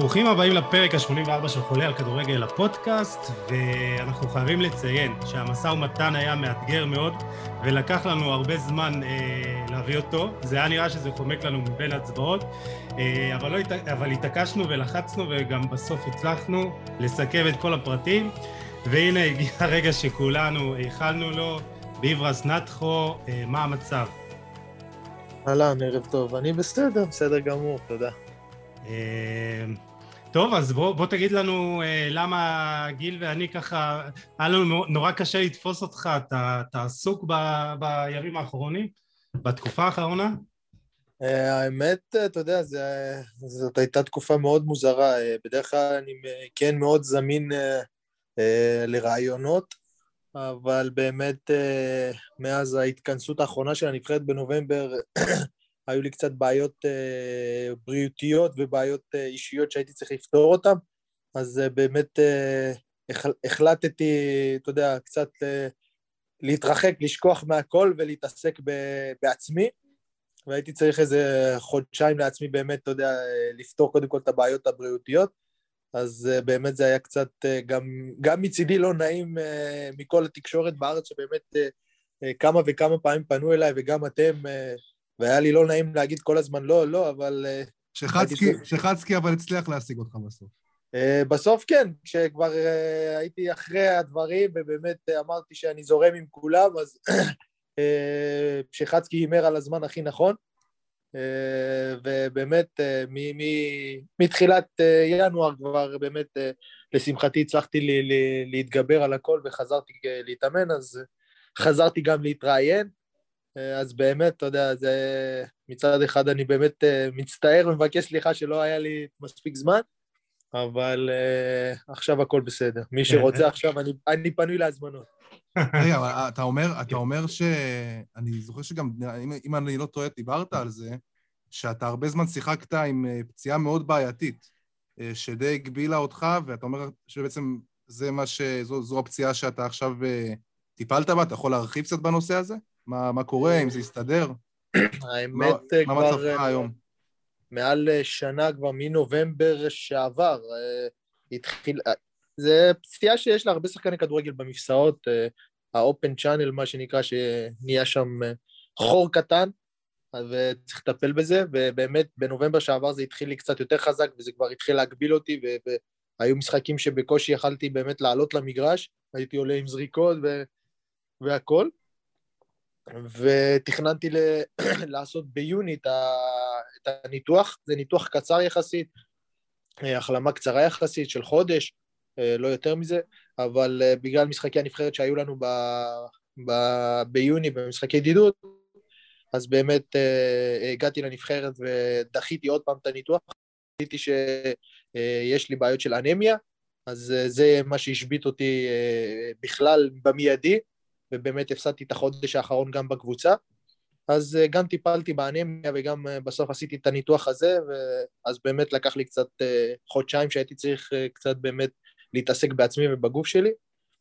ברוכים הבאים לפרק ה-84 של חולה על כדורגל הפודקאסט, ואנחנו חייבים לציין שהמשא ומתן היה מאתגר מאוד, ולקח לנו הרבה זמן להביא אותו. זה היה נראה שזה חומק לנו מבין הצבעות, אבל התעקשנו ולחצנו, וגם בסוף הצלחנו לסכם את כל הפרטים, והנה הגיע הרגע שכולנו איחלנו לו. ביברס נתחו, מה המצב? אהלן, ערב טוב. אני בסדר גמור, תודה. טוב, אז בוא תגיד לנו למה גיל ואני ככה, היה לנו נורא קשה לתפוס אותך, אתה עסוק בימים האחרונים, בתקופה האחרונה? האמת, אתה יודע, זאת הייתה תקופה מאוד מוזרה. בדרך כלל אני כן מאוד זמין לרעיונות, אבל באמת מאז ההתכנסות האחרונה של הנבחרת בנובמבר, היו לי קצת בעיות בריאותיות ובעיות אישיות שהייתי צריך לפתור אותן, אז באמת החלטתי, אתה יודע, קצת להתרחק, לשכוח מהכל ולהתעסק בעצמי, והייתי צריך איזה חודשיים לעצמי באמת, אתה יודע, לפתור קודם כל את הבעיות הבריאותיות, אז באמת זה היה קצת גם מצידי לא נעים מכל התקשורת בארץ, שבאמת כמה וכמה פעמים פנו אליי, וגם אתם, והיה לי לא נעים להגיד כל הזמן לא, אבל... שחצקי אבל הצליח להשיג אותך בסוף. בסוף כן, כשכבר הייתי אחרי הדברים, ובאמת אמרתי שאני זורם עם כולם, אז שחצקי הימר על הזמן הכי נכון, ובאמת מתחילת ינואר כבר באמת לשמחתי הצלחתי להתגבר על הכל, וחזרתי להתאמן, אז חזרתי גם להתראיין, אז באמת, אתה יודע, זה מצד אחד אני באמת מצטער ומבקש סליחה שלא היה לי מספיק זמן, אבל עכשיו הכל בסדר. מי שרוצה עכשיו, אני פנוי להזמנות. רגע, אבל אתה אומר אני זוכר שגם, אם אני לא טועה, דיברת על זה, שאתה הרבה זמן שיחקת עם פציעה מאוד בעייתית, שדי הגבילה אותך, ואתה אומר שבעצם זו הפציעה שאתה עכשיו טיפלת בה, אתה יכול להרחיב קצת בנושא הזה? מה קורה, אם זה יסתדר? האמת מה מצבך היום? מעל שנה כבר מנובמבר שעבר, התחיל, זה פציעה שיש לה הרבה שחקני כדורגל במפסעות, האופן צ'אנל, מה שנקרא, שנהיה שם חור קטן, וצריך לטפל בזה, ובאמת בנובמבר שעבר זה התחיל לי קצת יותר חזק, וזה כבר התחיל להגביל אותי, והיו משחקים שבקושי יכלתי באמת לעלות למגרש, הייתי עולה עם זריקות והכל, ותכננתי לעשות ביוני את הניתוח, זה ניתוח קצר יחסית, החלמה קצרה יחסית של חודש, לא יותר מזה, אבל בגלל משחקי הנבחרת שהיו לנו ביוני במשחקי ידידות, אז באמת הגעתי לנבחרת ודחיתי עוד פעם את הניתוח, ראיתי שיש לי בעיות של אנמיה, אז זה מה שהשבית אותי בכלל במיידי, ובאמת הפסדתי את החודש האחרון גם בקבוצה, אז גם טיפלתי באנמיה וגם בסוף עשיתי את הניתוח הזה, אז באמת לקח לי קצת חודשיים שהייתי צריך קצת באמת להתעסק בעצמי ובגוף שלי,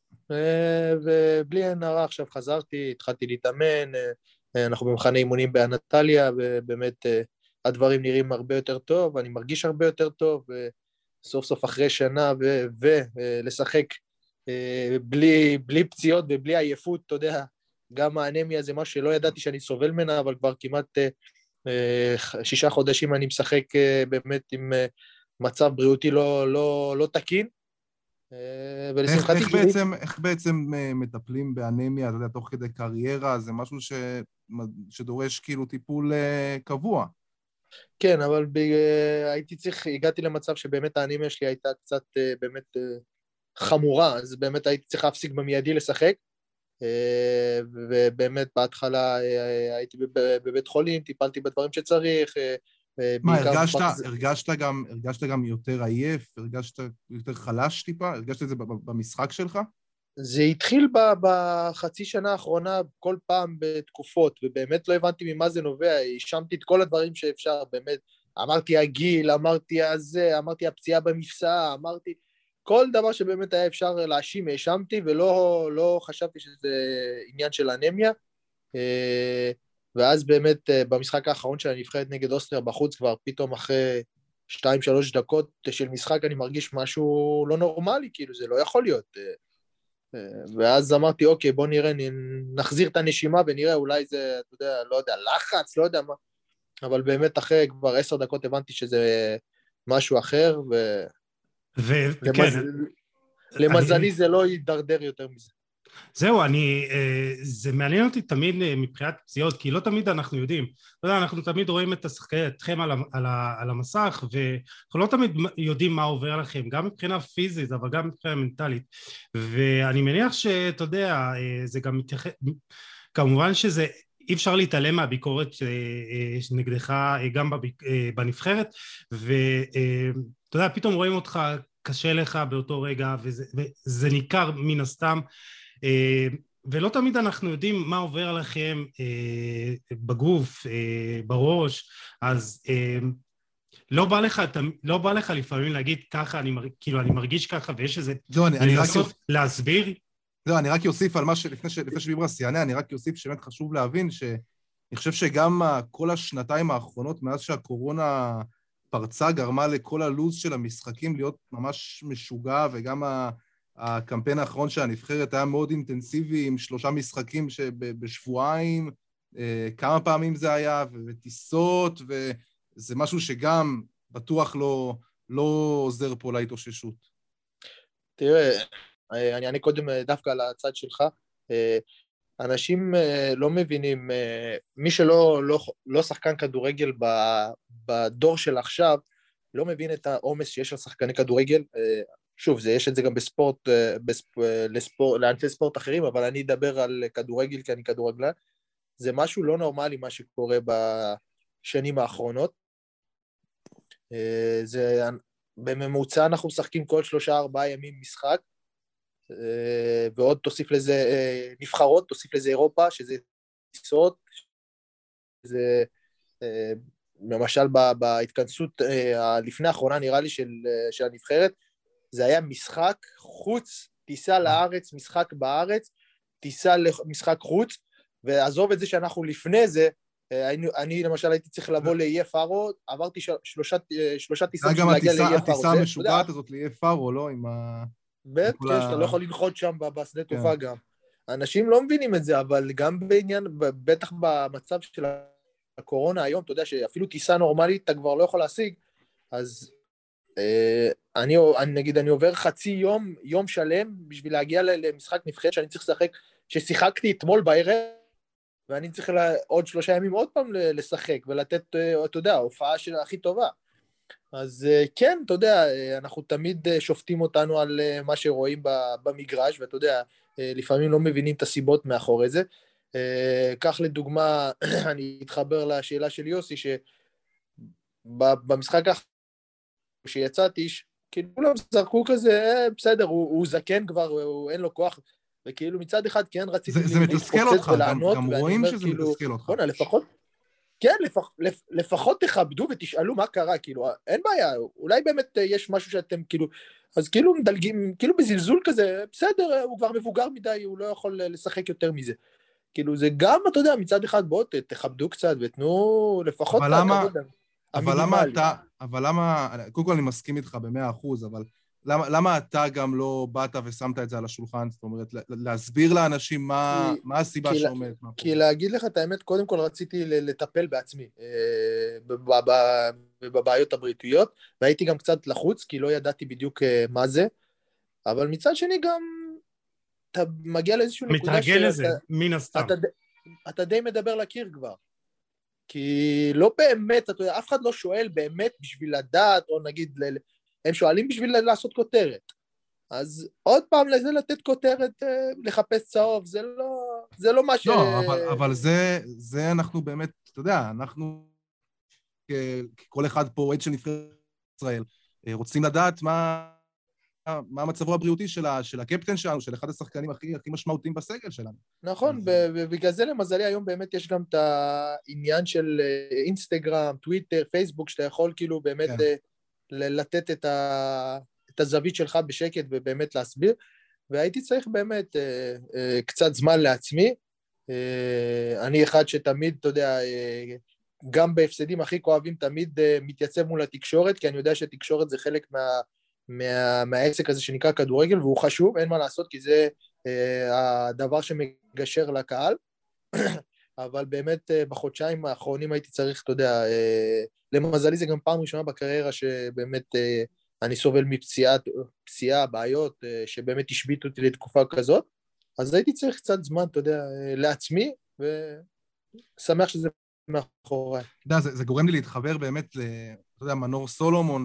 ובלי עין הרע עכשיו חזרתי, התחלתי להתאמן, אנחנו במחנה אימונים באנטליה, ובאמת הדברים נראים הרבה יותר טוב, אני מרגיש הרבה יותר טוב, סוף סוף אחרי שנה ולשחק בלי פציעות ובלי עייפות, אתה יודע, גם האנמיה זה משהו שלא ידעתי שאני סובל ממנה, אבל כבר כמעט 6 חודשים אני משחק באמת עם מצב בריאותי לא תקין, ולשמחתי איך בעצם מטפלים באנמיה, אתה יודע, תוך כדי קריירה, זה משהו שדורש כאילו טיפול קבוע. כן, אבל הגעתי למצב שבאמת האנמיה שלי הייתה קצת באמת חמורה, אז באמת הייתי צריך להפסיק במיידי לשחק, ובאמת בהתחלה הייתי בבית חולים, טיפלתי בדברים שצריך. מה, הרגשת גם יותר עייף? הרגשת יותר חלש טיפה? הרגשת את זה במשחק שלך? זה התחיל בחצי שנה האחרונה כל פעם בתקופות, ובאמת לא הבנתי ממה זה נובע, האשמתי את כל הדברים שאפשר, באמת, אמרתי הגיל, אמרתי הזה, אמרתי הפציעה במפסעה, אמרתי כל דבר שבאמת היה אפשר להאשים, האשמתי, ולא חשבתי שזה עניין של אנמיה, ואז באמת במשחק האחרון של הנבחרת נגד אוסטריה בחוץ, כבר פתאום אחרי 2-3 דקות של משחק, אני מרגיש משהו לא נורמלי, כאילו, זה לא יכול להיות. ואז אמרתי, אוקיי, בוא נראה, נחזיר את הנשימה ונראה, אולי זה, אתה יודע, לא יודע, לחץ, לא יודע מה, אבל באמת אחרי כבר 10 דקות הבנתי שזה משהו אחר, וכן, למזלי זה לא יידרדר יותר מזה. זהו, זה מעניין אותי תמיד מבחינת פציעות, כי לא תמיד אנחנו יודעים. אתה יודע, אנחנו תמיד רואים אתכם על המסך, ואנחנו לא תמיד יודעים מה עובר לכם, גם מבחינה פיזית, אבל גם מבחינה מנטלית. ואני מניח שאתה יודע, זה גם מתייחס, כמובן שזה, אי אפשר להתעלם מהביקורת שנגדך גם בנבחרת, ואתה יודע, פתאום רואים אותך, קשה לך באותו רגע, וזה ניכר מן הסתם, ולא תמיד אנחנו יודעים מה עובר לכם בגוף, בראש, אז לא בא לך לפעמים להגיד ככה, כאילו אני מרגיש ככה, ויש איזה, לנסות להסביר. לא, אני רק יוסיף על מה לפני שביברס יענה, אני רק יוסיף שבאמת חשוב להבין שאני חושב שגם כל השנתיים האחרונות, מאז שהקורונה פרצה, גרמה לכל הלוז של המשחקים להיות ממש משוגע, וגם הקמפיין האחרון של הנבחרת היה מאוד אינטנסיבי, עם 3 משחקים בשבועיים, כמה פעמים זה היה, וטיסות, וזה משהו שגם בטוח לא עוזר פה להתאוששות. תראה, אני אענה קודם דווקא על הצד שלך, אנשים לא מבינים, מי שלא שחקן כדורגל בדור של עכשיו, לא מבין את העומס שיש על שחקני כדורגל, שוב, יש את זה גם בספורט, לענפי ספורט אחרים, אבל אני אדבר על כדורגל כי אני כדורגלן, זה משהו לא נורמלי מה שקורה בשנים האחרונות, בממוצע אנחנו משחקים כל 3-4 ימים משחק, ועוד תוסיף לזה נבחרות, תוסיף לזה אירופה, שזה טיסות, זה למשל בהתכנסות לפני האחרונה נראה לי של הנבחרת, זה היה משחק חוץ, טיסה לארץ, משחק בארץ, טיסה למשחק חוץ, ועזוב את זה שאנחנו לפני זה, אני למשל הייתי צריך לבוא לאיי פארו, עברתי 3 טיסות של להגיע לאיי פארו. הטיסה המשוגעת הזאת לאיי פארו, לא? בטח, שאתה לא יכול לנחות שם בשדה תעופה גם. אנשים לא מבינים את זה, אבל גם בעניין, בטח במצב של הקורונה היום, אתה יודע שאפילו טיסה נורמלית אתה כבר לא יכול להשיג, אז אני עובר חצי יום שלם בשביל להגיע למשחק נבחרת שאני צריך לשחק, ששיחקתי אתמול בערב, ואני צריך עוד 3 ימים עוד פעם לשחק, ולתת, אתה יודע, ההופעה הכי טובה. אז כן, אתה יודע, אנחנו תמיד שופטים אותנו על מה שרואים במגרש, ואתה יודע, לפעמים לא מבינים את הסיבות מאחורי זה. כך לדוגמה, אני אתחבר לשאלה של יוסי, שבמשחק שיצאתי, כאילו כולם זרקו כזה, בסדר, הוא זקן כבר, אין לו כוח, וכאילו מצד אחד כן רציתי להתפוצץ ולענות, גם רואים שזה מתסכל אותך. בונה, לפחות, כן, לפחות תכבדו ותשאלו מה קרה, כאילו, אין בעיה, אולי באמת יש משהו שאתם כאילו, אז כאילו מדלגים, כאילו בזלזול כזה, בסדר, הוא כבר מבוגר מדי, הוא לא יכול לשחק יותר מזה. כאילו זה גם, אתה יודע, מצד אחד בוא תכבדו קצת ותנו לפחות את הכבוד המינימלי. אבל למה, קודם כל אני מסכים איתך ב100%, אבל למה אתה גם לא באת ושמת את זה על השולחן? זאת אומרת, להסביר לאנשים מה הסיבה שעומד. כי להגיד לך את האמת, קודם כל רציתי לטפל בעצמי, בבעיות הבריאותיות, והייתי גם קצת לחוץ, כי לא ידעתי בדיוק מה זה, אבל מצד שני גם, אתה מגיע לאיזשהו נקודה מתרגל לזה, מן הסתם. אתה די מדבר לקיר כבר. כי לא באמת, אתה יודע, אף אחד לא שואל באמת בשביל לדעת, או נגיד, הם שואלים בשביל לעשות כותרת. אז עוד פעם לזה לתת כותרת, לחפש צהוב, זה לא מה ש... לא, אבל זה אנחנו באמת, אתה יודע, אנחנו, כל אחד פה, עד של נבחרת ישראל, רוצים לדעת מה המצבו הבריאותי של הקפטן שלנו, של אחד השחקנים הכי משמעותיים בסגל שלנו. נכון, ובגלל זה למזלי היום באמת יש גם את העניין של אינסטגרם, טוויטר, פייסבוק, שאתה יכול כאילו באמת לתת את הזווית שלך בשקט ובאמת להסביר, והייתי צריך באמת קצת זמן לעצמי. אני אחד שתמיד, אתה יודע, גם בהפסדים הכי כואבים תמיד מתייצב מול התקשורת, כי אני יודע שהתקשורת זה חלק מהעסק הזה שנקרא כדורגל, והוא חשוב, אין מה לעשות, כי זה הדבר שמגשר לקהל, אבל באמת בחודשיים האחרונים הייתי צריך, אתה יודע, למזלי זה גם פעם ראשונה בקריירה שבאמת אני סובל מפציעה, בעיות, שבאמת השביתו אותי לתקופה כזאת, אז הייתי צריך קצת זמן, אתה יודע, לעצמי, ושמח שזה מאחוריי. אתה יודע, זה גורם לי להתחבר באמת, אתה יודע, מנור סולומון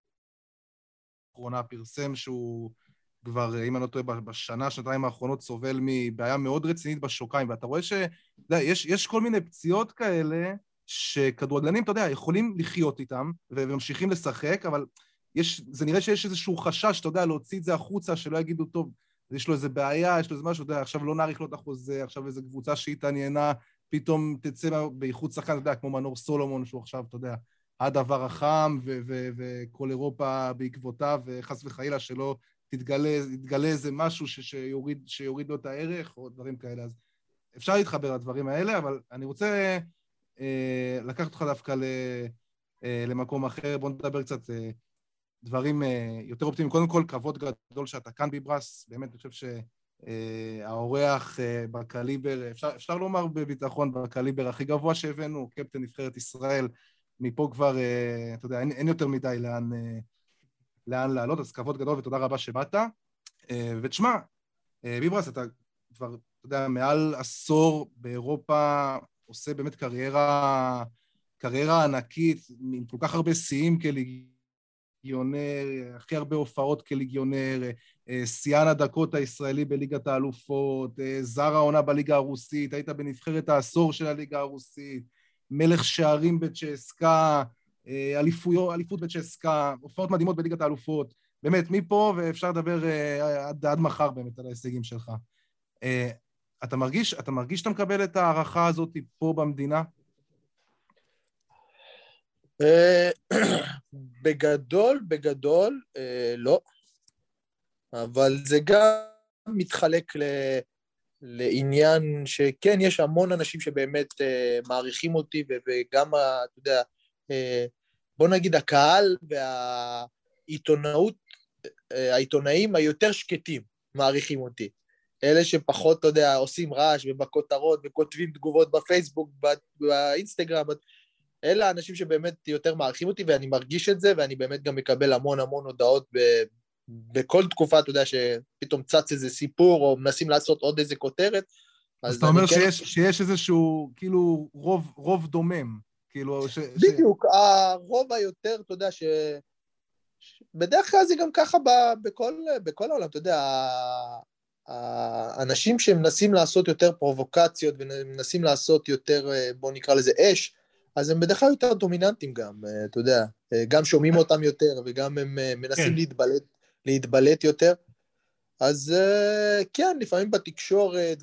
לאחרונה פרסם שהוא כבר, אם אני לא טועה, שנתיים האחרונות סובל מבעיה מאוד רצינית בשוקיים, ואתה רואה יש כל מיני פציעות כאלה, שכדורגלנים, אתה יודע, יכולים לחיות איתם, וממשיכים לשחק, אבל זה נראה שיש איזשהו חשש, אתה יודע, להוציא את זה החוצה, שלא יגידו, טוב, יש לו איזה בעיה, יש לו איזה משהו, אתה יודע, עכשיו לא נאריך לו את החוזה, עכשיו איזו קבוצה שהתעניינה, פתאום תצא באיחוד שחקן, אתה יודע, כמו מנור סולומון, שהוא עכשיו, אתה יודע, הדבר החם, וכל אירופה בעקבותיו, וחס וחלילה שלא תתגלה איזה משהו שיוריד לו את הערך, או דברים כאלה. אז אפשר להתחבר לדברים האלה, אבל אני רוצה לקחת אותך דווקא למקום אחר. בוא נדבר קצת דברים יותר אופטימיים. קודם כל, כבוד גדול שאתה כאן ביברס. באמת, אני חושב שהאורח בקליבר, אפשר לומר בביטחון, בקליבר הכי גבוה שהבאנו, קפטן נבחרת ישראל. מפה כבר, אתה יודע, אין יותר מדי לאן לעלות, אז כבוד גדול ותודה רבה שבאת. ותשמע, ביברס, אתה כבר, אתה יודע, מעל עשור באירופה, עושה באמת קריירה ענקית, עם כל כך הרבה שיאים כליגיונר, הכי הרבה הופעות כליגיונר, שיאן הדקות הישראלי בליגת האלופות, זר העונה בליגה הרוסית, היית בנבחרת העשור של הליגה הרוסית, מלך שערים בצ'סקה, אליפות בצ'סקה, הופעות מדהימות בליגת האלופות, באמת, מפה ואפשר לדבר עד מחר באמת על ההישגים שלך. אתה מרגיש שאתה מקבל את הערכה הזאת פה במדינה? בגדול, לא. אבל זה גם מתחלק לעניין שכן, יש המון אנשים שבאמת מעריכים אותי, וגם, אתה יודע, בוא נגיד, הקהל העיתונאים היותר שקטים מעריכים אותי. אלה שפחות, אתה יודע, עושים רעש ובכותרות וכותבים תגובות בפייסבוק, באינסטגרם, אלה האנשים שבאמת יותר מעריכים אותי, ואני מרגיש את זה, ואני באמת גם מקבל המון הודעות בכל תקופה, אתה יודע, שפתאום צץ איזה סיפור, או מנסים לעשות עוד איזה כותרת. אז אתה אומר שיש איזשהו, כאילו, רוב דומם. בדיוק, הרוב היותר, אתה יודע, בדרך כלל זה גם ככה בכל העולם, אתה יודע, האנשים שמנסים לעשות יותר פרובוקציות, ומנסים לעשות יותר, בוא נקרא לזה אש, אז הם בדרך כלל יותר דומיננטים גם, אתה יודע, גם שומעים אותם יותר, וגם הם מנסים להתבלט יותר, אז כן, לפעמים בתקשורת,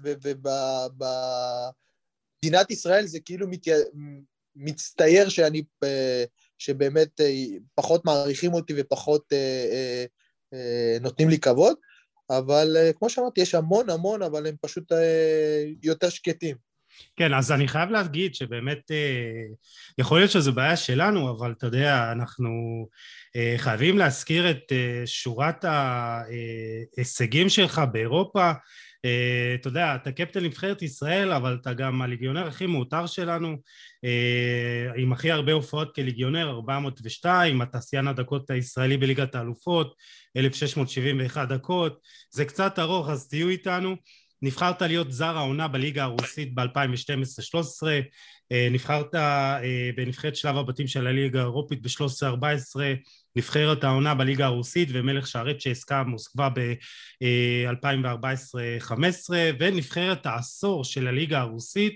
ובמדינת ישראל זה כאילו מצטייר שבאמת פחות מעריכים אותי, ופחות נותנים לי כבוד, אבל כמו שאמרתי, יש המון, אבל הם פשוט יותר שקטים. כן, אז אני חייב להגיד שבאמת יכול להיות שזו בעיה שלנו, אבל אתה יודע, אנחנו חייבים להזכיר את שורת ההישגים שלך באירופה. אתה יודע, אתה קפטן נבחרת ישראל, אבל אתה גם הליגיונר הכי מאותר שלנו, עם הכי הרבה הופעות כליגיונר, 402, אתה שיאן הדקות הישראלי בליגת האלופות, 1671 דקות, זה קצת ארוך, אז תהיו איתנו. נבחרת להיות זר העונה בליגה הרוסית ב-2012-13, נבחרת בנבחרת שלב הבתים של הליגה האירופית ב-13-14, נבחרת העונה בליגה הרוסית ומלך שערי צ'סקה מוסקבה ב-2014-15, ונבחרת העשור של הליגה הרוסית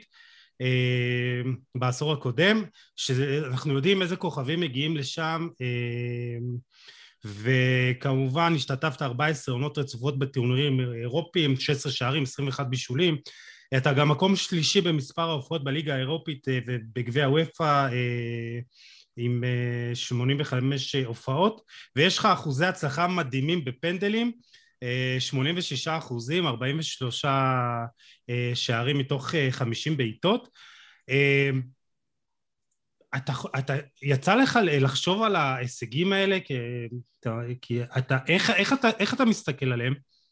בעשור הקודם, שאנחנו יודעים איזה כוכבים מגיעים לשם, וכמובן השתתפת 14 עונות רצופות בטורנירים אירופיים, 16 שערים, 21 בישולים, אתה גם מקום שלישי במספר ההופעות בליגה האירופית ובגביע הוופא עם 85 הופעות, ויש לך אחוזי הצלחה מדהימים בפנדלים, 86%, 43 שערים מתוך 50 בעיטות. יצא לך לחשוב על ההישגים האלה, איך אתה מסתכל עליהם?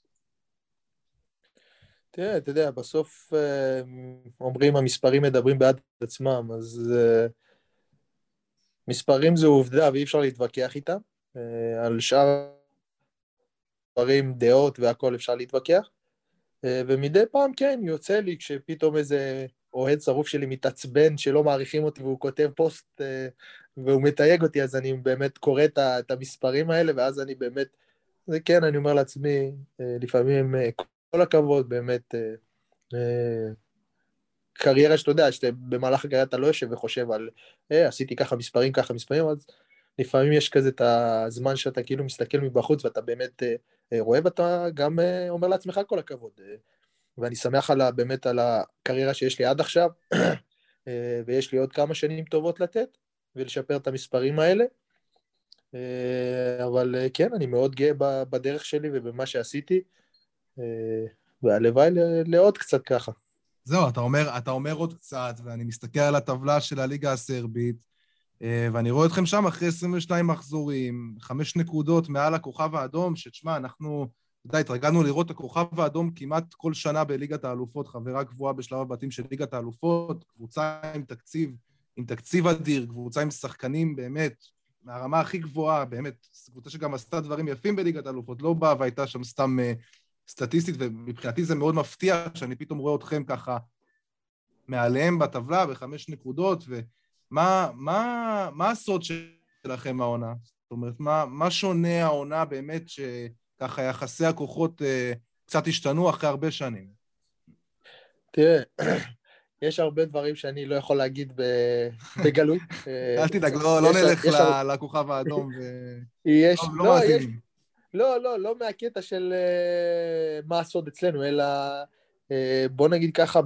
תראה, אתה יודע, בסוף אומרים המספרים מדברים בעד עצמם, אז מספרים זה עובדה ואי אפשר להתווכח איתם. על שאר דברים, דעות והכל אפשר להתווכח. ומדי פעם כן, יוצא לי כשפתאום איזה אוהד שרוף שלי מתעצבן שלא מעריכים אותי והוא כותב פוסט והוא מתייג אותי, אז אני באמת קורא את המספרים האלה, ואז אני באמת, זה כן, אני אומר לעצמי, לפעמים כל הכבוד, באמת, קריירה שאתה יודע, שבמהלך הקריירה אתה לא יושב וחושב על, עשיתי ככה מספרים, אז לפעמים יש כזה את הזמן שאתה כאילו מסתכל מבחוץ, ואתה באמת רואה, ואתה גם אומר לעצמך כל הכבוד. ואני שמח באמת על הקריירה שיש לי עד עכשיו, ויש לי עוד כמה שנים טובות לתת, ולשפר את המספרים האלה. אבל כן, אני מאוד גאה בדרך שלי ובמה שעשיתי, והלוואי לעוד קצת ככה. זהו, אתה אומר עוד קצת, ואני מסתכל על הטבלה של הליגה הסרבית, ואני רואה אתכם שם אחרי 22 מחזורים, 5 נקודות מעל הכוכב האדום, שתשמע, אנחנו, אתה יודע, התרגלנו לראות את הכוכב האדום כמעט כל שנה בליגת האלופות, חברה קבועה בשלב הבתים של ליגת האלופות, קבוצה עם תקציב אדיר, קבוצה עם שחקנים באמת, מהרמה הכי גבוהה, באמת, קבוצה שגם עשתה דברים יפים בליגת האלופות, לא באה והייתה שם סתם סטטיסטית, ומבחינתי זה מאוד מפתיע שאני פתאום רואה אתכם ככה מעליהם בטבלה ב5 נקודות, מה הסוד שלכם העונה? זאת אומרת, מה שונה העונה באמת שככה יחסי הכוחות קצת השתנו אחרי הרבה שנים? תראה, יש הרבה דברים שאני לא יכול להגיד בגלוי. אל תדאג, לא נלך לכוכב האדום ולא מאזינים. לא מהקטע של מה הסוד אצלנו, אלא בוא נגיד ככה,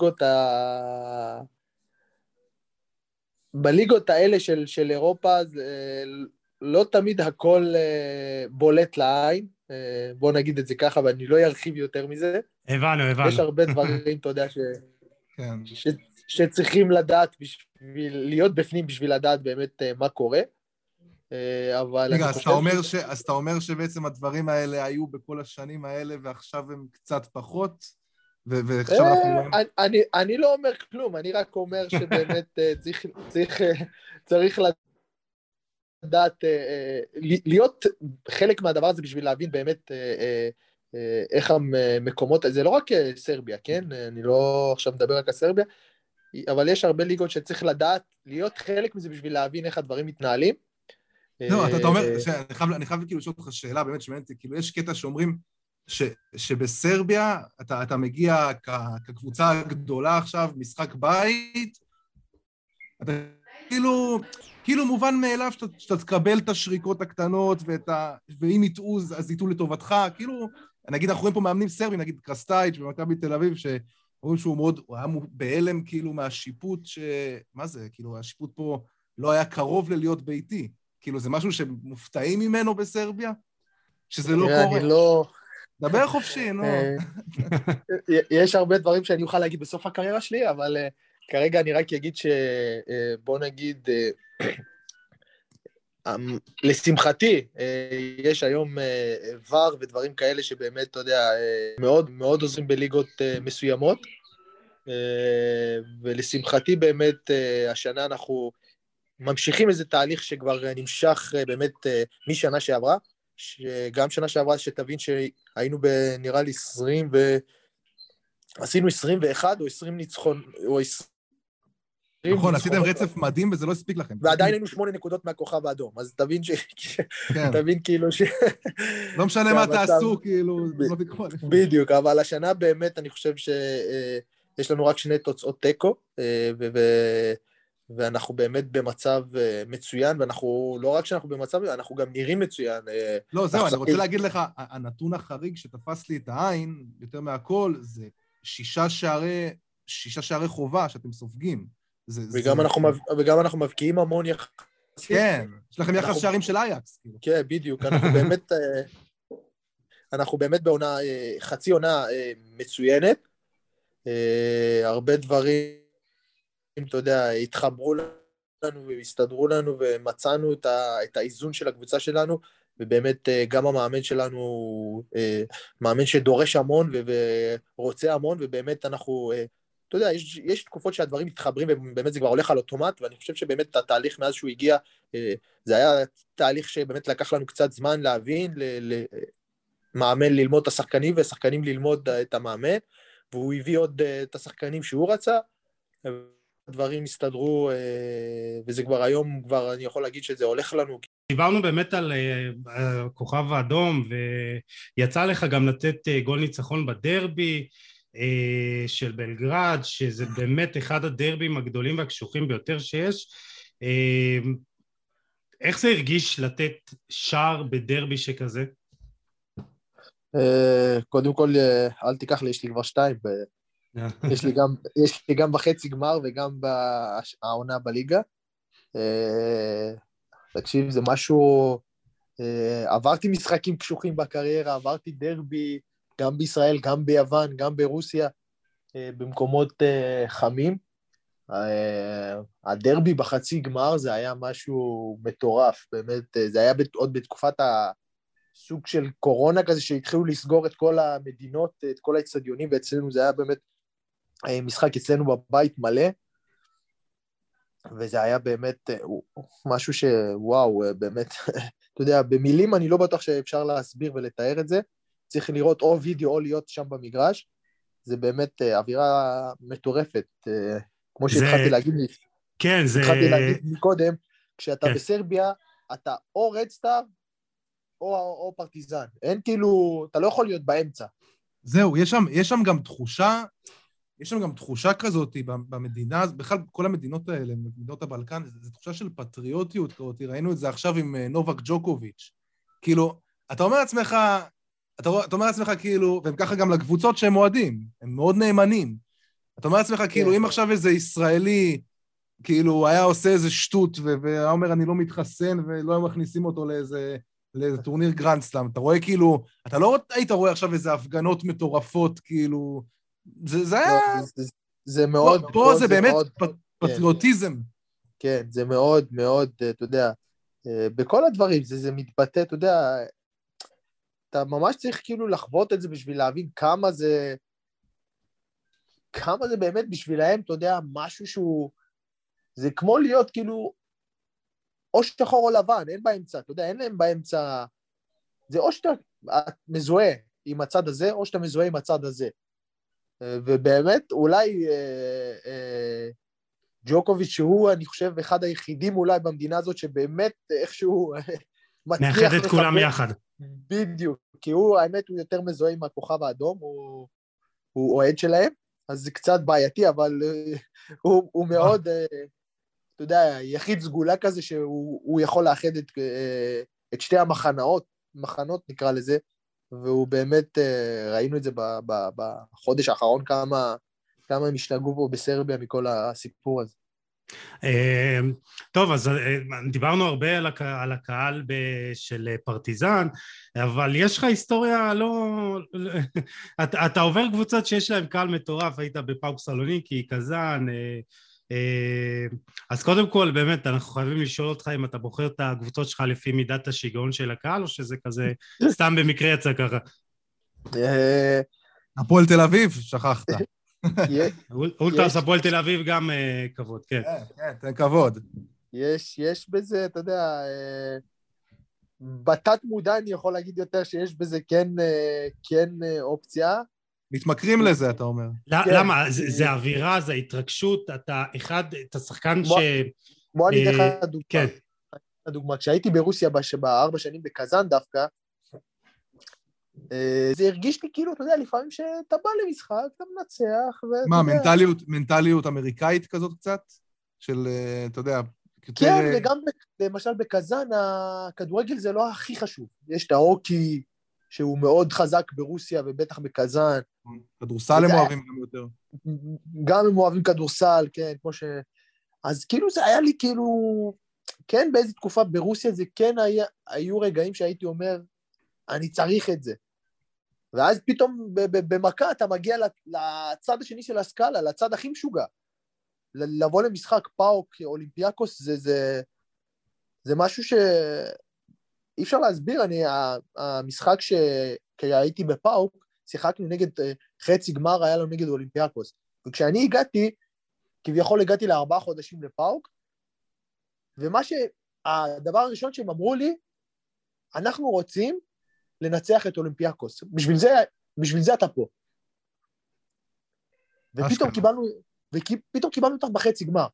בליגות האלה של אירופה, לא תמיד הכל בולט לעין, בוא נגיד את זה ככה, ואני לא ארחיב יותר מזה. הבנו. יש הרבה דברים, אתה יודע, שצריכים לדעת, להיות בפנים בשביל לדעת באמת מה קורה. רגע, אז אתה אומר שבעצם הדברים האלה היו בכל השנים האלה, ועכשיו הם קצת פחות, ועכשיו אנחנו... אני לא אומר כלום, אני רק אומר שבאמת צריך לדעת, להיות חלק מהדבר הזה בשביל להבין באמת איך המקומות, זה לא רק סרביה, כן? אני לא עכשיו מדבר רק על סרביה, אבל יש הרבה ליגות שצריך לדעת, להיות חלק מזה בשביל להבין איך הדברים מתנהלים. לא, אתה אומר, אני חייב כאילו לשאול אותך שאלה, באמת שמעניינת, כאילו יש קטע שאומרים שבסרביה אתה מגיע כקבוצה הגדולה עכשיו, משחק בית, אתה כאילו מובן מאליו שאתה תקבל את השריקות הקטנות, ואם יטעו אז יטעו לטובתך, כאילו, נגיד אנחנו רואים פה מאמנים סרבים, נגיד קרסטייץ' במכבי תל אביב, שאומרים שהוא היה בהלם כאילו מהשיפוט, מה זה, כאילו השיפוט פה לא היה קרוב ללהיות ביתי, כאילו זה משהו שמופתעים ממנו בסרביה? שזה לא קורה? אני לא... דבר חופשי, נו. יש הרבה דברים שאני אוכל להגיד בסוף הקריירה שלי, אבל כרגע אני רק אגיד שבוא נגיד, לשמחתי, יש היום ור ודברים כאלה שבאמת, אתה יודע, מאוד מאוד עוזרים בליגות מסוימות, ולשמחתי באמת השנה אנחנו ממשיכים איזה תהליך שכבר נמשך באמת משנה שעברה, שגם שנה שעברה שתבין שהיינו נראה לי 20 עשינו 21 או 20 ניצחון, או 20 נכון, עשיתם רצף מדהים וזה לא הספיק לכם. ועדיין היינו 8 נקודות מהכוכב האדום, אז תבין תבין כאילו לא משנה מה תעשו, כאילו, בדיוק, אבל השנה באמת אני חושב שיש לנו רק 2 תוצאות תיקו, ואנחנו באמת במצב מצוין, ואנחנו, לא רק שאנחנו במצב, אנחנו גם נראים מצוין. לא, זהו, אני רוצה להגיד לך, הנתון החריג שתפס לי את העין, יותר מהכל, זה 6 שערי חובה שאתם סופגים. וגם אנחנו מבקיעים המון יחס. כן, יש לכם יחס שערים של אייקס. כן, בדיוק, אנחנו באמת בעונה, חצי עונה מצוינת, הרבה דברים, אתה יודע, התחברו לנו והסתדרו לנו ומצאנו את האיזון של הקבוצה שלנו, ובאמת גם המאמן שלנו מאמן שדורש המון ורוצה המון, ובאמת אנחנו, אתה יודע, יש תקופות שהדברים מתחברים ובאמת זה כבר הולך על אוטומט, ואני חושב שבאמת התהליך מאז שהוא הגיע, זה היה תהליך שבאמת לקח לנו קצת זמן להבין, מאמן ללמוד את השחקנים ושחקנים ללמוד את המאמן, והוא הביא עוד את השחקנים שהוא רצה, הדברים הסתדרו, וזה כבר היום, כבר אני יכול להגיד שזה הולך לנו. דיברנו באמת על הכוכב האדום, ויצא לך גם לתת גול ניצחון בדרבי של בלגרד, שזה באמת אחד הדרבים הגדולים והקשוחים ביותר שיש. איך זה הרגיש לתת שער בדרבי שכזה? קודם כל, אל תיקח לי, יש לי כבר 2, יש לי גם בחצי גמר וגם בעונה בליגה. תקשיב, זה משהו, עברתי משחקים קשוחים בקריירה, עברתי דרבי גם בישראל, גם ביוון, גם ברוסיה, במקומות חמים. הדרבי בחצי גמר זה היה משהו מטורף, באמת, זה היה עוד בתקופת הסוג של קורונה כזה, שהתחילו לסגור את כל המדינות, את כל האצטדיונים, ואצלנו זה היה באמת משחק אצלנו בבית מלא, וזה היה באמת משהו שוואו, באמת, אתה יודע, במילים אני לא בטוח שאפשר להסביר ולתאר את זה, צריך לראות או וידאו או להיות שם במגרש, זה באמת אווירה מטורפת, כמו שהתחלתי להגיד לי, כן, זה... התחלתי להגיד מקודם, כשאתה בסרביה, אתה או רדסטאר, או פרטיזן, אין כאילו, אתה לא יכול להיות באמצע. זהו, יש שם גם תחושה, יש שם גם תחושה כזאת במדינה, בכלל כל המדינות האלה, מדינות הבלקן, זו תחושה של פטריוטיות כזאת, ראינו את זה עכשיו עם נובק ג'וקוביץ'. כאילו, אתה אומר לעצמך כאילו, והם ככה גם לקבוצות שהם מועדים, הם מאוד נאמנים. אתה אומר לעצמך כאילו, אם עכשיו איזה ישראלי, כאילו, היה עושה איזה שטות, והיה אומר, אני לא מתחסן, ולא היו מכניסים אותו לאיזה טורניר גרנד סלאם, אתה רואה כאילו, אתה לא היית רואה עכשיו איזה הפגנות מטורפות, כאילו, זה היה... זה מאוד... פה זה באמת פטריוטיזם. כן, זה מאוד מאוד, אתה יודע, בכל הדברים, זה מתבטא, אתה יודע, אתה ממש צריך כאילו לחוות את זה בשביל להבין כמה זה באמת בשבילהם, אתה יודע, משהו שהוא, זה כמו להיות כאילו, או שחור או לבן, אין באמצע, אתה יודע, אין להם באמצע, זה או שאתה מזוהה עם הצד הזה, או שאתה מזוהה עם הצד הזה. ובאמת, אולי ג'וקוביץ' שהוא, אני חושב, אחד היחידים אולי במדינה הזאת, שבאמת איכשהו מאחד את כולם יחד. בדיוק, כי הוא, האמת, הוא יותר מזוהה עם הכוכב האדום, הוא אוהד שלהם, אז זה קצת בעייתי, אבל הוא מאוד, אתה יודע, יחיד סגולה כזה, שהוא יכול לאחד את שתי מחנות נקרא לזה, והוא באמת, ראינו את זה בחודש האחרון, כמה הם השתגעו פה בסרביה מכל הסיפור הזה. טוב, אז דיברנו הרבה על הקהל של פרטיזן, אבל יש לך היסטוריה לא... אתה עובר קבוצות שיש להם קהל מטורף, היית בפאוק סלוניקי, קזאן, אז קודם כל באמת אנחנו חייבים לשאול אותך אם אתה בוחר את הקבוצות שלך לפי מידת השיגעון של הקהל, או שזה כזה סתם במקרה יצא ככה? הפועל תל אביב, שכחת. אולטרס הפועל תל אביב גם כבוד, כן. כן, תן כבוד. יש בזה, אתה יודע, בתת מודע אני יכול להגיד יותר שיש בזה כן אופציה. מתמכרים לזה, אתה אומר. למה? זה אווירה, זה התרגשות, אתה את השחקן ש... בוא אני אתן לך דוגמה. כשהייתי ברוסיה ב4 שנים בקזאן דווקא, זה הרגיש לי כאילו, אתה יודע, לפעמים שאתה בא למשחק, אתה מנצח, מה, מנטליות אמריקאית כזאת קצת? של, אתה יודע... כן, וגם למשל בקזאן, הכדורגל זה לא הכי חשוב. יש את ההוקי, שהוא מאוד חזק ברוסיה, ובטח בקזאן. כדורסל הם אוהבים גם יותר. גם הם אוהבים כדורסל, כן, כמו ש... אז כאילו זה היה לי כאילו... כן, באיזו תקופה ברוסיה זה כן היו רגעים שהייתי אומר, אני צריך את זה. ואז פתאום במכה אתה מגיע לצד השני של הסקאלה, לצד הכי משוגע. לבוא למשחק פאוק אולימפיאקוס, זה משהו שאי אפשר להסביר. המשחק כשהייתי בפאוק, שיחקנו נגד חצי גמר, היה לנו נגד אולימפיאקוס. וכשאני כביכול הגעתי ל4 חודשים לפאוק, הדבר הראשון שהם אמרו לי, אנחנו רוצים לנצח את אולימפיאקוס. בשביל זה אתה פה. ופתאום קיבלנו אותך בחצי גמר.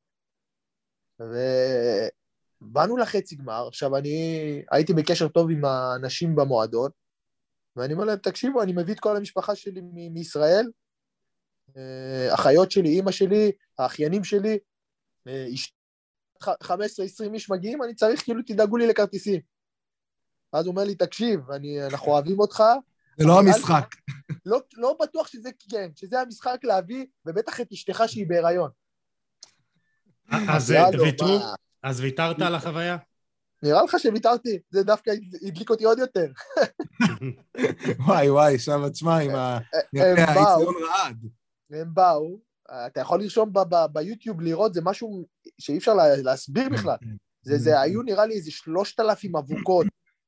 ובאנו לחצי גמר, עכשיו אני הייתי בקשר טוב עם האנשים במועדון, ואני אומר להם, תקשיבו, אני מביא את כל המשפחה שלי מישראל, אחיות שלי, אמא שלי, האחיינים שלי, 15-20 איש מגיעים, אני צריך כאילו תדאגו לי לכרטיסים. אז הוא אומר לי, תקשיב, אנחנו אוהבים אותך. זה לא המשחק. לא בטוח שזה המשחק להביא, ובטח את אשתך שהיא בהיריון. אז ויתרת על החוויה? נראה לך שוויתרתי, זה דווקא הדליק אותי עוד יותר. וואי, שם תשמע, עם היציון רעד. הם באו, אתה יכול לרשום ביוטיוב לראות, זה משהו שאי אפשר להסביר בכלל. זה היו נראה לי איזה 3,000 אבוקות,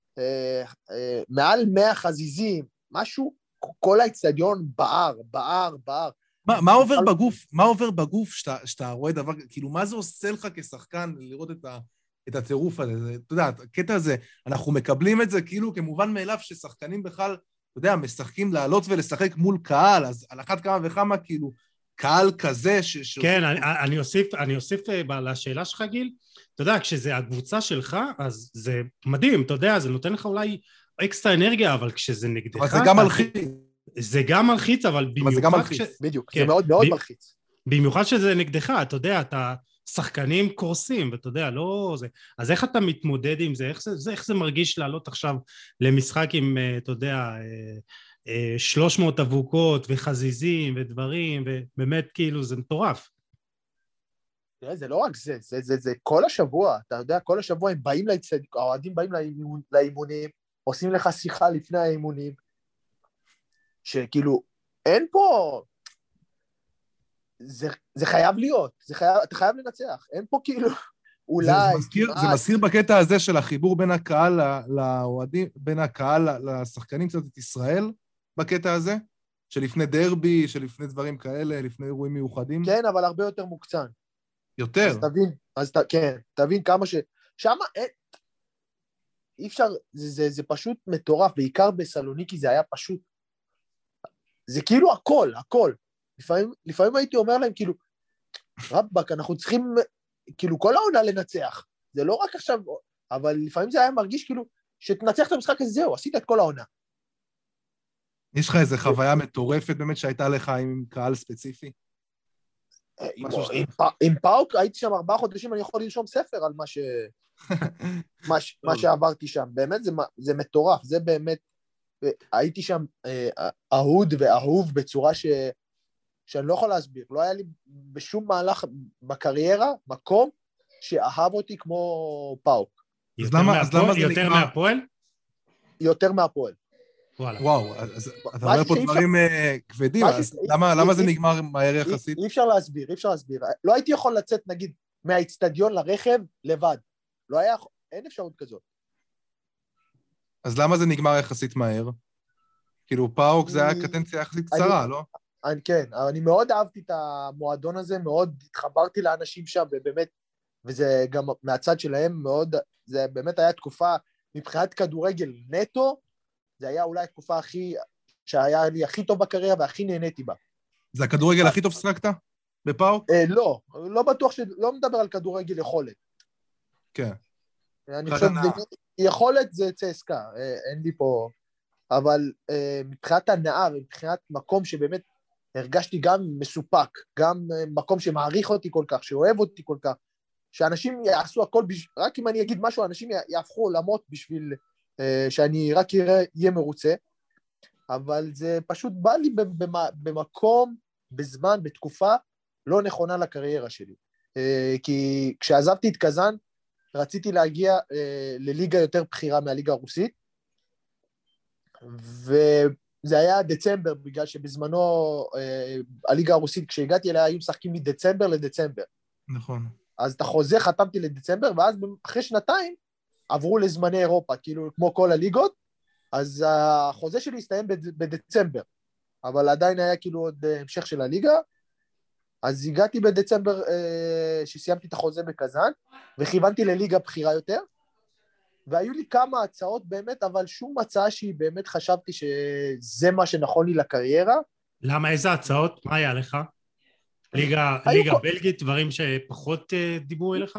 מעל 100 חזיזים, משהו, כל האצטדיון בער. מה עובר בגוף שאתה רואה דבר, כאילו מה זה עושה לך כשחקן לראות את הטירוף הזה? אתה יודע, הקטע הזה, אנחנו מקבלים את זה כאילו כמובן מאליו ששחקנים בכלל, אתה יודע, משחקים לעלות ולשחק מול קהל, אז על אחת כמה וכמה כאילו, קהל כזה כן, אני אוסיף לשאלה שלך, גיל, אתה יודע, כשזה הקבוצה שלך, אז זה מדהים, אתה יודע, זה נותן לך אולי אקסטרה אנרגיה, אבל כשזה נגדך... אבל זה גם מלחיץ. זה גם מלחיץ, אבל במיוחד... בדיוק, זה מאוד מאוד מלחיץ. במיוחד שזה נגדך, אתה יודע, אתה... שחקנים קורסים, ואתה יודע, לא זה. אז איך אתה מתמודד עם זה? איך זה מרגיש לעלות עכשיו למשחק עם, אתה יודע, 300 אבוקות וחזיזים ודברים, ובאמת כאילו זה מטורף. תראה, זה לא רק זה כל השבוע, אתה יודע, כל השבוע הם באים האוהדים באים לאימונים, עושים לך שיחה לפני האימונים, שכאילו, אין פה... זה חייב להיות, אתה חייב לנצח, אין פה כאילו, אולי... זה מזכיר בקטע הזה של החיבור בין הקהל לאוהדים, בין הקהל לשחקנים קצת את ישראל, בקטע הזה, שלפני דרבי, שלפני דברים כאלה, לפני אירועים מיוחדים. כן, אבל הרבה יותר מוקצן. יותר. אז תבין כמה שמה אי אפשר, זה פשוט מטורף, בעיקר בסלוניקי זה היה פשוט, זה כאילו הכל. לפעמים הייתי אומר להם, כאילו, רבק, אנחנו צריכים, כאילו, כל העונה לנצח. זה לא רק עכשיו, אבל לפעמים זה היה מרגיש, כאילו, שתנצח את המשחק הזה, זהו, עשית את כל העונה. יש לך איזו חוויה מטורפת באמת שהייתה לך עם קהל ספציפי? עם פאוק, הייתי שם 4 חודשים, אני יכול לרשום ספר על מה שעברתי שם. באמת זה מטורף, זה באמת, הייתי שם אהוד ואהוב בצורה שאני לא יכול להסביר, לא היה לי בשום מהלך בקריירה מקום שאהב אותי כמו פאוק. יותר מהפועל? יותר מהפועל. וואו, אז אתה אומר פה דברים כבדים, אז למה זה נגמר מהר יחסית? אי אפשר להסביר. לא הייתי יכול לצאת, נגיד, מהאצטדיון לרכב לבד. לא היה, אין אפשרות כזאת. אז למה זה נגמר יחסית מהר? כאילו פאוק זה היה קדנציה יחסית קצרה, לא? כן, אני מאוד אהבתי את המועדון הזה, מאוד התחברתי לאנשים שם, ובאמת, וזה גם מהצד שלהם מאוד, זה באמת היה תקופה, מבחינת כדורגל נטו, זה היה אולי התקופה שהיה לי הכי טוב בקריירה, והכי נהניתי בה. זה הכדורגל הכי טוב שחקת? בפאוק? לא בטוח לא מדבר על כדורגל יכולת. כן. אני חושב, יכולת זה צסקה, אין לי פה, אבל מבחינת הנאה, ומבחינת מקום שבאמת, הרגשתי גם מסופק, גם מקום שמעריך אותי כל כך, שאוהב אותי כל כך, שאנשים יעשו הכל, רק אם אני אגיד משהו, אנשים יהפכו עולמות בשביל שאני רק אהיה מרוצה, אבל זה פשוט בא לי במקום, בזמן, בתקופה לא נכונה לקריירה שלי. כי כשעזבתי את קזאן, רציתי להגיע לליגה יותר בכירה מהליגה הרוסית, זה היה דצמבר, בגלל שבזמנו הליגה הרוסית, כשהגעתי אליה, היו משחקים מדצמבר לדצמבר. נכון. אז את החוזה חתמתי לדצמבר, ואז אחרי שנתיים עברו לזמני אירופה, כאילו כמו כל הליגות, אז החוזה שלי הסתיים בדצמבר, אבל עדיין היה כאילו עוד המשך של הליגה, אז הגעתי בדצמבר, שסיימתי את החוזה בקזאן, וכיוונתי לליגה בכירה יותר, והיו לי כמה הצעות באמת, אבל שום הצעה שהיא באמת חשבתי שזה מה שנכון לי לקריירה. למה? איזה הצעות? מה היה לך? ליגה בלגית, דברים שפחות דיברו אליך?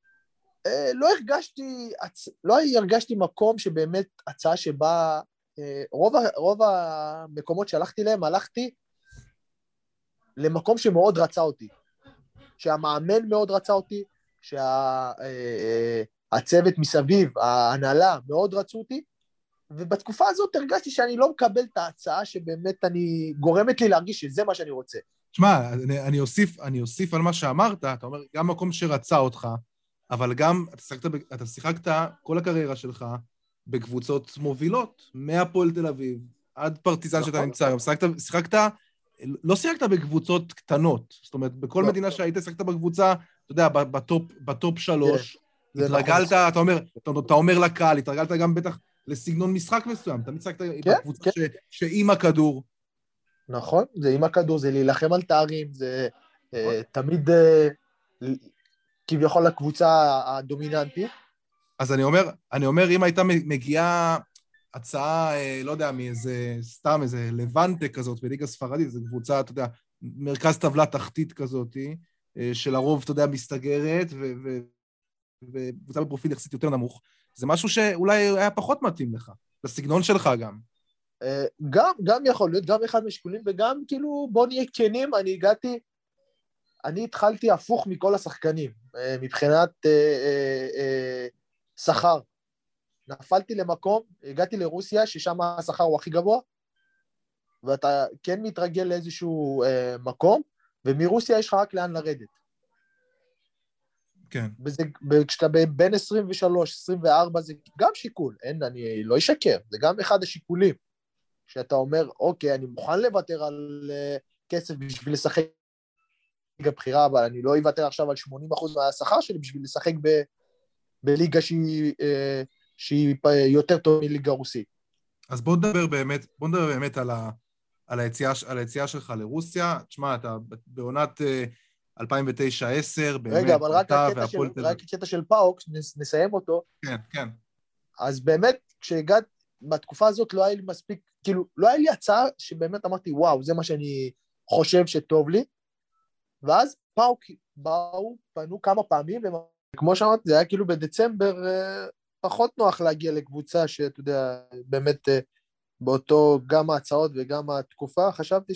לא הרגשתי מקום שבאמת הצעה שבה, רוב המקומות שהלכתי להם, הלכתי למקום שמאוד רצה אותי, שהמאמן מאוד רצה אותי, שהצוות מסביב, ההנהלה מאוד רצו אותי, ובתקופה הזאת הרגשתי שאני לא מקבל את ההצעה שבאמת אני גורמת לי להרגיש שזה מה שאני רוצה. תשמע, אני אוסיף על מה שאמרת, אתה אומר, גם מקום שרצה אותך, אבל גם אתה שיחקת כל הקריירה שלך בקבוצות מובילות, מהפועל תל אביב, עד פרטיזן שאתה נמצא, גם לא שיחקת בקבוצות קטנות, זאת אומרת, בכל מדינה שהיית שיחקת בקבוצה, אתה יודע, בטופ 3, התרגלת, אתה אומר לקהל, התרגלת גם בטח לסגנון משחק מסוים, אתה משחקת בקבוצה שעם הכדור. נכון, זה עם הכדור, זה להילחם על תארים, זה תמיד כביכול לקבוצה הדומיננטית. אז אני אומר, אם הייתה מגיעה הצעה, לא יודע, סתם איזה לבנטה כזאת בליגה ספרדית, זו קבוצה, אתה יודע, מרכז טבלה תחתית כזאת, שלרוב, אתה יודע, מסתגרת, וקבוצה בפרופיל יחסית יותר נמוך, זה משהו שאולי היה פחות מתאים לך, לסגנון שלך גם. גם יכול להיות, גם אחד משיקולים, וגם כאילו, בוא נהיה כנים, אני התחלתי הפוך מכל השחקנים, מבחינת שכר. נפלתי למקום, הגעתי לרוסיה, ששם השכר הוא הכי גבוה, ואתה כן מתרגל לאיזשהו מקום, ומרוסיה יש לך רק לאן לרדת. כן. כשאתה בין 23, 24, זה גם שיקול, אני לא אשקר, זה גם אחד השיקולים, שאתה אומר, אוקיי, אני מוכן לוותר על כסף בשביל לשחק בבחירה, אבל אני לא אוותר עכשיו על 80% מהשכר שלי, בשביל לשחק בליגה שהיא יותר טוב מליגה רוסית. אז בוא נדבר באמת על היציאה שלך לרוסיה. תשמע, אתה בעונת 2009-10, באמת, רגע, אבל רק הקטע של פאוק, נסיים אותו. כן, כן. אז באמת, כשהגעת, בתקופה הזאת לא היה לי מספיק, כאילו, לא היה לי הצעה שבאמת אמרתי, וואו, זה מה שאני חושב שטוב לי, ואז פאוק פנו כמה פעמים, וכמו שאמרתי, זה היה כאילו בדצמבר, פחות נוח להגיע לקבוצה שאתה יודע, באמת באותו גם ההצעות וגם התקופה, חשבתי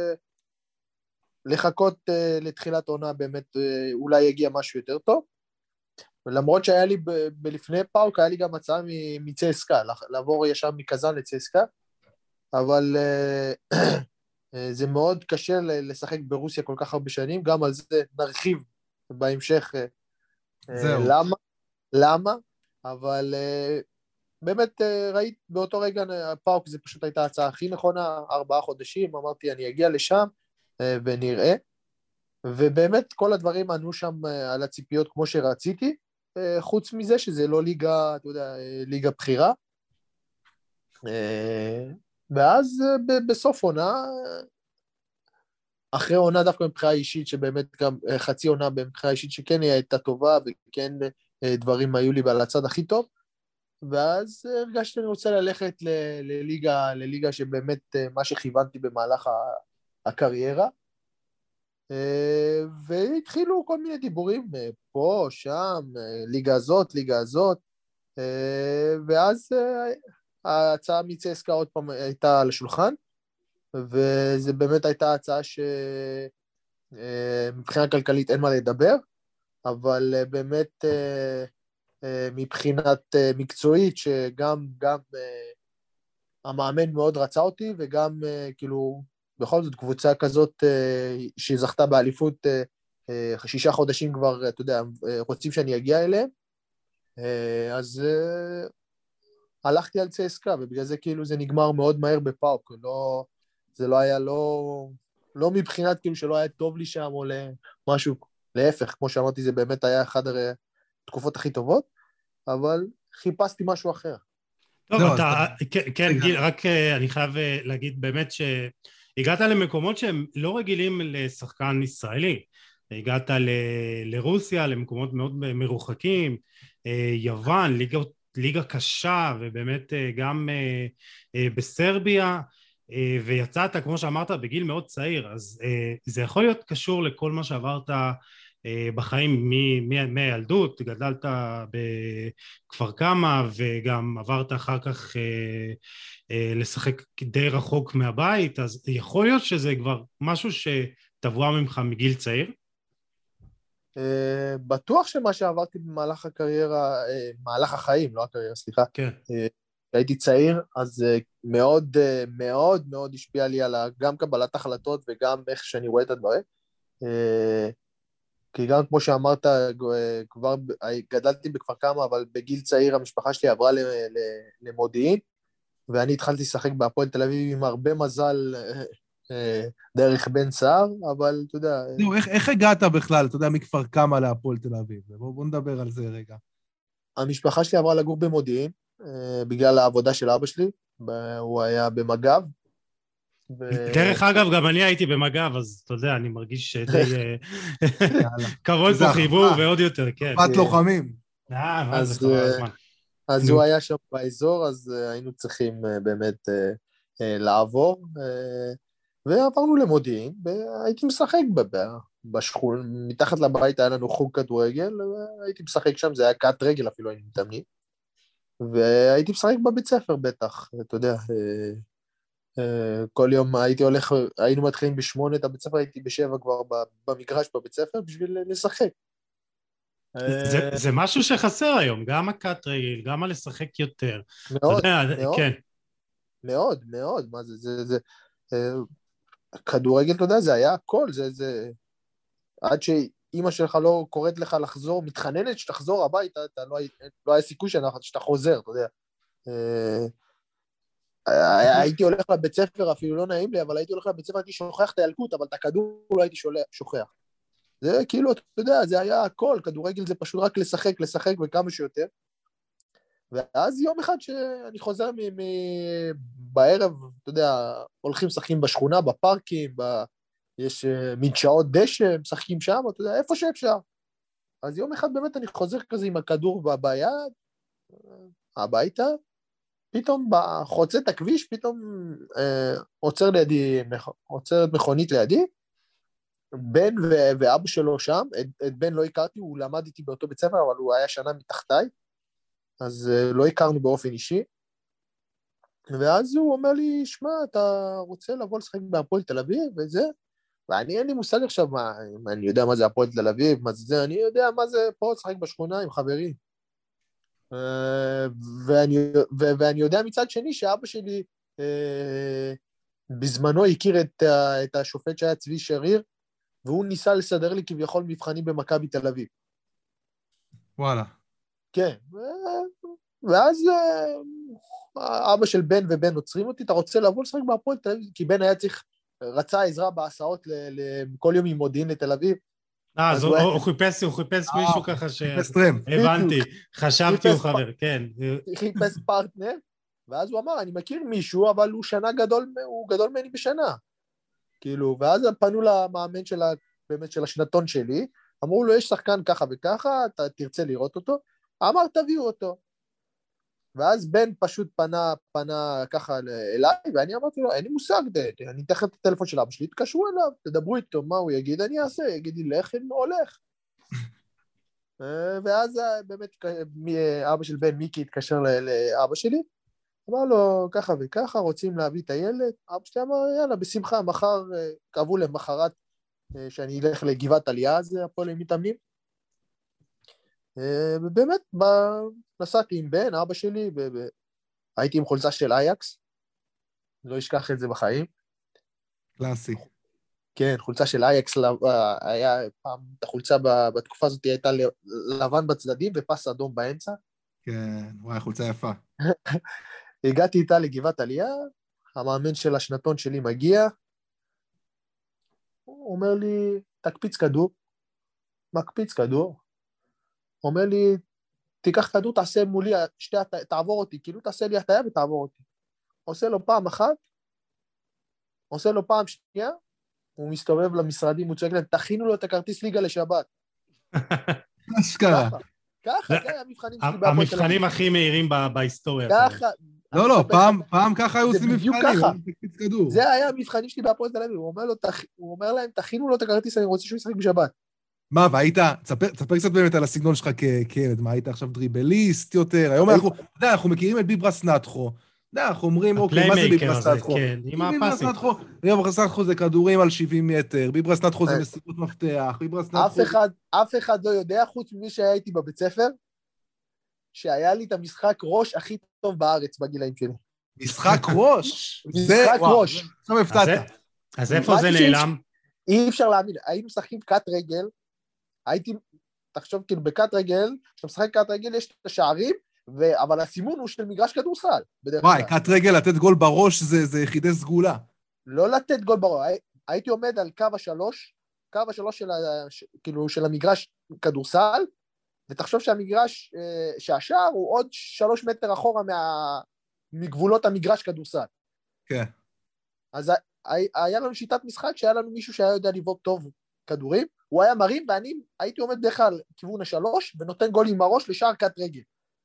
שלחכות לתחילת עונה באמת אולי יגיע משהו יותר טוב, ולמרות שהיה לי בלפני פאוק, היה לי גם הצעה מצסקה, לעבור ישר מקזאן לצסקה, אבל זה מאוד קשה לשחק ברוסיה כל כך הרבה שנים, גם על זה נרחיב בהמשך למה, אבל באמת ראית באותו רגע פאוק זה פשוט הייתה ההצעה הכי נכונה, 4 חודשים, אמרתי אני אגיע לשם ונראה, ובאמת כל הדברים ענו שם על הציפיות כמו שרציתי, חוץ מזה שזה לא ליגה, אתה יודע, ליגה בחירה, ואז בסוף עונה, אחרי עונה דווקא מבחירה אישית, שבאמת גם חצי עונה מבחירה אישית שכן היא הייתה טובה, וכן דברים היו לי על הצד הכי טוב, ואז הרגשתי אני רוצה ללכת לליגה שבאמת מה שכיוונתי במהלך הקריירה, והתחילו כל מיני דיבורים, פה, שם, ליגה הזאת, ואז ההצעה מצסקה עוד פעם הייתה על השולחן, וזה באמת הייתה הצעה שמבחינה כלכלית אין מה לדבר, אבל באמת מבחינת מקצועית, שגם המאמן מאוד רצה אותי, וגם כאילו בכל זאת קבוצה כזאת שזכתה באליפות 6 חודשים כבר, אתה יודע, רוצים שאני אגיע אליהם, אז הלכתי על צסקה, ובגלל זה כאילו זה נגמר מאוד מהר בפאוק, זה לא היה לא מבחינת כאילו שלא היה טוב לי שם או למשהו להפך, כמו שאמרתי, זה באמת היה אחד התקופות הכי טובות, אבל חיפשתי משהו אחר. טוב, לא, אתה, כן, רגע. גיל, רק אני חייב להגיד באמת שהגעת למקומות שהם לא רגילים לשחקן ישראלי. הגעת לרוסיה, למקומות מאוד מרוחקים, יוון, ליגה קשה, ובאמת גם בסרביה, ויצאת, כמו שאמרת, בגיל מאוד צעיר, אז זה יכול להיות קשור לכל מה שעברת בחיים מהילדות, גדלת בכפר קמא וגם עברת אחר כך לשחק די רחוק מהבית, אז יכול להיות שזה כבר משהו שטבוע ממך מגיל צעיר? בטוח שמה שעברתי במהלך הקריירה, מהלך החיים, לא הקריירה, סליחה, כן. כשהייתי צעיר, אז מאוד מאוד מאוד השפיע לי על גם קבלת החלטות וגם איך שאני רואה את הדברים. כי גם כמו שאמרת, כבר גדלתי בכפר קמא, אבל בגיל צעיר המשפחה שלי עברה למודיעין, ואני התחלתי לשחק בהפועל תל אביב עם הרבה מזל דרך בן סער, אבל אתה יודע... איך הגעת בכלל, אתה יודע, מכפר קמא להפועל תל אביב? בואו נדבר על זה רגע. המשפחה שלי עברה לגור במודיעין, בגלל העבודה של אבא שלי, הוא היה במג"ב. דרך אגב, גם אני הייתי במג"ב, אז אתה יודע, אני מרגיש די קרוב פה חיבור ועוד יותר, כן. אחת לוחמים. מה זה חבל הזמן. אז הוא היה שם באזור, אז היינו צריכים באמת לעבור, ועברנו למודיעין, והייתי משחק בשכון, מתחת לבית היה לנו חוג כדורגל, והייתי משחק שם, זה היה קט רגל אפילו, היינו מתאמנים, והייתי משחק בבית ספר בטח, אתה יודע, כל יום היינו מתחילים ב8 את הבית ספר, הייתי ב7 כבר במגרש בבית ספר בשביל לשחק. זה משהו שחסר היום, גם הקט רגל, גם על לשחק יותר. מאוד, מאוד, כן. מאוד, מאוד, מה זה, כדורגל, אתה יודע, זה היה הכל, זה, עד שאמא שלך לא קוראת לך לחזור, מתחננת שתחזור הביתה, לא היה סיכוי שאתה חוזר, אתה יודע. הייתי הולך לבית ספר, אפילו לא נעים לי, אבל הייתי הולך לבית ספר, הייתי שוכח את הילקוט, אבל את הכדור לא הייתי שוכח. זה כאילו, אתה יודע, זה היה הכל, כדורגל זה פשוט רק לשחק וכמה שיותר. ואז יום אחד שאני חוזר בערב, אתה יודע, הולכים משחקים בשכונה, בפארקים, יש מדשאות דשא, משחקים שם, אתה יודע, איפה שאפשר. אז יום אחד באמת אני חוזר כזה עם הכדור ביד, הביתה, פתאום חוצה את הכביש, פתאום עוצרת מכונית לידי, בן ואבא שלו שם, את בן לא הכרתי, הוא למד איתי באותו בית ספר, אבל הוא היה שנה מתחתיי, אז לא הכרנו באופן אישי, ואז הוא אומר לי, שמע, אתה רוצה לבוא לשחק בהפועל תל אביב וזה? ואני אין לי מושג עכשיו, אני יודע מה זה הפועל תל אביב, מה זה, אני יודע מה זה פה לשחק בשכונה עם חברים. ואני יודע מצד שני שאבא שלי בזמנו הכיר את השופט שהיה צבי שריר, והוא ניסה לסדר לי כביכול מבחנים במכבי תל אביב. וואלה. כן, ואז אבא של בן ובן עוצרים אותי, אתה רוצה לבוא לשחק בהפועל תל אביב? כי בן היה רצה עזרה בהסעות כל יום ממודיעין לתל אביב. אז הוא חיפש מישהו ככה הבנתי, חשבתי הוא חבר, כן. חיפש פרטנר, ואז הוא אמר, אני מכיר מישהו, אבל הוא גדול ממני בשנה. כאילו, ואז פנו למאמן באמת של השנתון שלי, אמרו לו, יש שחקן ככה וככה, אתה תרצה לראות אותו, אמר, תביאו אותו. ואז בן פשוט פנה ככה אליי, ואני אמרתי לו, אין לי מושג, אני אתן את הטלפון של אבא שלי, תקשרו אליו, תדברו איתו, מה הוא יגיד, אני אעשה, יגיד לי, לך, אין הולך. ואז באמת אבא של בן מיקי התקשר לאבא שלי, אמר לו, ככה וככה, רוצים להביא את הילד, אבא שלי אמר, יאללה, בשמחה, מחר, קבעו למחרת, שאני אלך לגבעת עלייה, זה הפועל הם מתאמנים. ובאמת, נסעתי עם בן, אבא שלי, הייתי עם חולצה של אייקס, לא אשכח את זה בחיים. קלאסי. כן, חולצה של אייקס, היה פעם, החולצה בתקופה הזאת הייתה לבן בצדדים ופס אדום באמצע. כן, וואי, חולצה יפה. הגעתי איתה לגבעת עלייה, המאמן של השנתון שלי מגיע, הוא אומר לי, תקפיץ כדור, מקפיץ כדור, אומר לי, תיקח כדור, תעשה מולי, תעבור אותי, כאילו תעשה לי הטיה ותעבור אותי. עושה לו פעם אחת, עושה לו פעם שנייה, הוא מסתובב למשרדים, הוא צועק להם, תכינו לו את הכרטיס ליגה לשבת. אשכרה. ככה, זה היה המבחנים שלי בהפועל תל אביב. המבחנים הכי מהירים בהיסטוריה. ככה. לא, פעם ככה היו עושים מבחנים, זה היה המבחנים שלי בהפועל תל אביב, הוא אומר להם, תכינו לו את הכרטיס, אני רוצה שהוא ישחק בשבת. מה, והיית, תספר קצת באמת על הסגנון שלך כילד, מה, היית עכשיו דריבליסט יותר? היום אנחנו מכירים את ביברס נתחו, אנחנו אומרים, אוקיי, מה זה ביברס נתחו? ביברס נתחו זה כדורים על 70 מטר, ביברס נתחו זה מסירות מפתח, אף אחד לא יודע, חוץ ממי שהיה איתי בבית ספר, שהיה לי את המשחק ראש הכי טוב בארץ בגילאים שלי. משחק ראש? משחק ראש. עכשיו הפתעת. אז איפה זה נעלם? אי אפשר להאמין, היינו משחקים קט רגל, תחשוב כאילו בקט רגל, כשאתה משחק קט רגל יש את השערים, אבל הסימון הוא של מגרש כדורסל. וואי, קט רגל לתת גול בראש זה יחידי סגולה. לא לתת גול בראש, הייתי עומד על קו השלוש של המגרש כדורסל, ותחשוב שהמגרש, שהשער הוא עוד 3 מטר אחורה מגבולות המגרש כדורסל. כן. אז היה לנו שיטת משחק שהיה לנו מישהו שהיה יודע לבעוט טוב כדורים, הוא היה מרים ואני הייתי עומד דרך על כיוון השלוש ונותן גול עם הראש לשער קט רגל.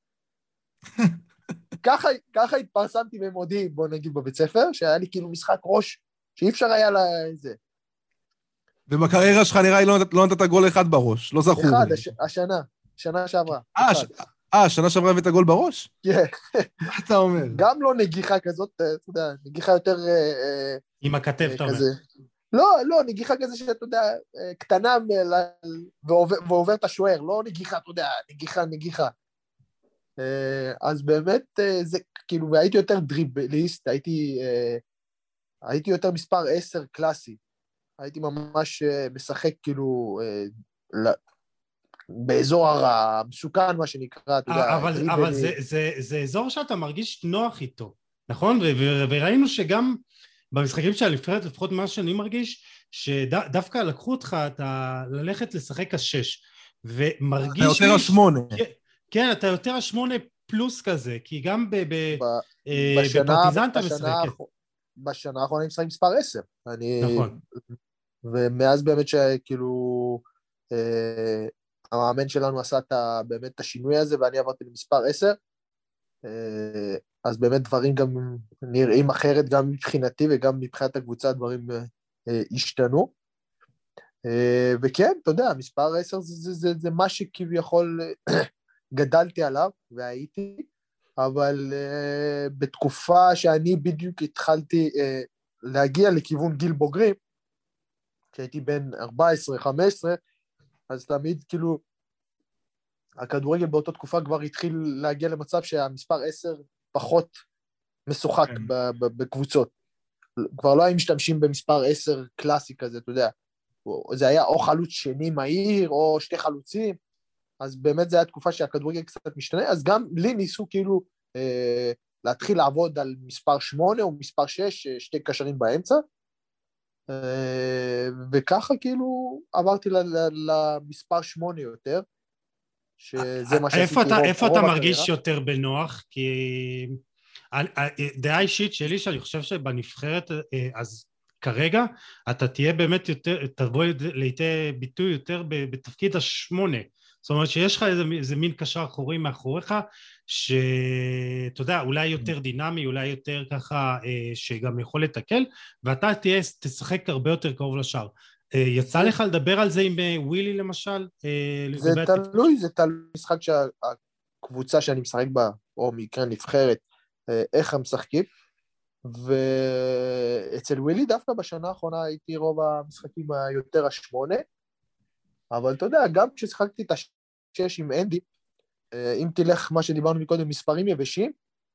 ככה התפרסמתי במודיעין, בוא נגיד בבית ספר, שהיה לי כאילו משחק ראש שאי אפשר היה לזה. ובקריירה שלך נראה לי לא נתת גול אחד בראש, לא זכור. שנה שעברה. שנה שעברה הבאת גול בראש? כן. מה אתה אומר? גם לא נגיחה כזאת, אתה יודע, נגיחה יותר... עם הכתף, אתה אומר. לא, נגיחה כזה שאתה יודע, קטנה ועובר את השוער, לא נגיחה, אתה יודע, נגיחה. אז באמת, זה כאילו, והייתי יותר דריבליסט, הייתי יותר מספר 10 קלאסי. הייתי ממש משחק כאילו... באזור המסוכן, מה שנקרא, אתה יודע... אבל זה אזור שאתה מרגיש נוח איתו, נכון? וראינו שגם במשחקים של הנבחרת, לפחות מה שאני מרגיש, שדווקא לקחו אותך, אתה ללכת לשחק השש, ומרגיש... אתה יותר השמונה. כן, אתה יותר השמונה פלוס כזה, כי גם בפרטיזן אתה משחק. בשנה האחרונה אני משחק מספר 10. נכון. ומאז באמת שכאילו... המאמן שלנו עשה באמת את השינוי הזה, ואני עברתי למספר 10, אז באמת דברים גם נראים אחרת, גם מבחינתי וגם מבחינת הקבוצה, דברים השתנו, וכן, אתה יודע, מספר 10 זה מה שכביכול גדלתי עליו, והייתי, אבל בתקופה שאני בדיוק התחלתי להגיע לכיוון גיל בוגרים, כשהייתי בין 14-15, אז תמיד כאילו, הכדורגל באותה תקופה כבר התחיל להגיע למצב שהמספר 10 פחות משוחק בקבוצות. כבר לא היו משתמשים במספר 10 קלאסי כזה, אתה יודע. זה היה או חלוץ שני מהיר, או שתי חלוצים, אז באמת זה היה תקופה שהכדורגל קצת משתנה, אז גם לי ניסו כאילו להתחיל לעבוד על מספר 8 או מספר 6, שתי קשרים באמצע, וככה כאילו עברתי למספר 8 יותר, שזה מה שעשיתי רוב איפה אתה מרגיש יותר בנוח? כי דעה אישית שלי שאני חושב שבנבחרת, אז כרגע אתה תהיה באמת יותר, תבוא לידי ביטוי יותר בתפקיד השמונה, זאת אומרת שיש לך איזה מין קשר אחורי מאחוריך, שאתה יודע, אולי יותר דינמי, אולי יותר ככה, שגם יכול לתקל, ואתה תשחק הרבה יותר קרוב לשאר. יצא לך לדבר על זה עם ווילי למשל? זה תלוי משחק שהקבוצה שאני משחק בה, או מקרה נבחרת, איך הם משחקים, ואצל ווילי דווקא בשנה האחרונה הייתי רוב המשחקים היותר השמונה, אבל אתה יודע, גם כששחקתי את השש עם אנדי, אם תלך מה שדיברנו מקודם, מספרים יבשים,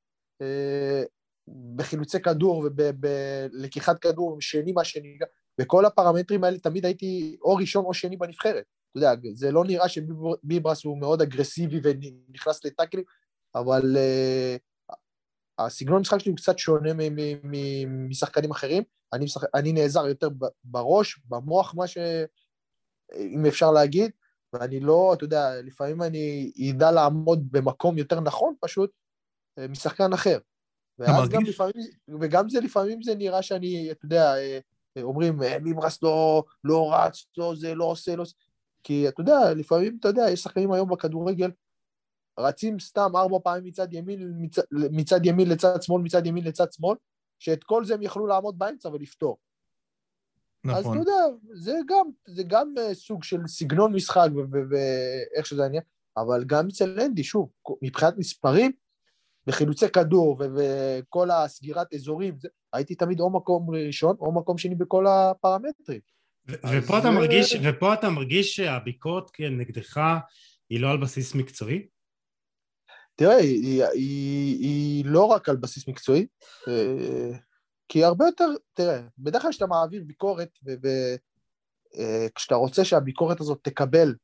בחילוצי כדור ובלקיחת כדור, שני מה שניגע, בכל הפרמטרים האלה תמיד הייתי או ראשון או שני בנבחרת. אתה יודע, זה לא נראה שביברס הוא מאוד אגרסיבי ונכנס לטאקלים, אבל הסגנון משחק שלי הוא קצת שונה משחקנים אחרים, אני נעזר יותר בראש, במוח, מה אם אפשר להגיד, ואני לא, אתה יודע, לפעמים אני ידע לעמוד במקום יותר נכון פשוט, משחקן אחר. ואז גם לפעמים, וגם זה לפעמים זה נראה שאני, אתה יודע, אומרים, מיברס לא רץ, לא זה, לא עושה, לא עושה. כי אתה יודע, לפעמים, אתה יודע, יש שחקנים היום בכדורגל, רצים סתם 4 פעמים מצד ימין לצד שמאל, מצד ימין לצד שמאל, שאת כל זה הם יכלו לעמוד באמצע ולפתור. נכון. אז אתה יודע, זה גם סוג של סגנון משחק ואיך שזה העניין, אבל גם אצל אנדי, שוב, מבחינת מספרים, בחילוצי כדור וכל הסגירת אזורים, הייתי תמיד או מקום ראשון או מקום שני בכל הפרמטרים. ופה אתה מרגיש שהביקורת נגדך היא לא על בסיס מקצועי? תראה, היא לא רק על בסיס מקצועי, כי הרבה יותר, תראה, בדרך כלל שאתה מעביר ביקורת, וכשאתה רוצה שהביקורת הזאת תקבל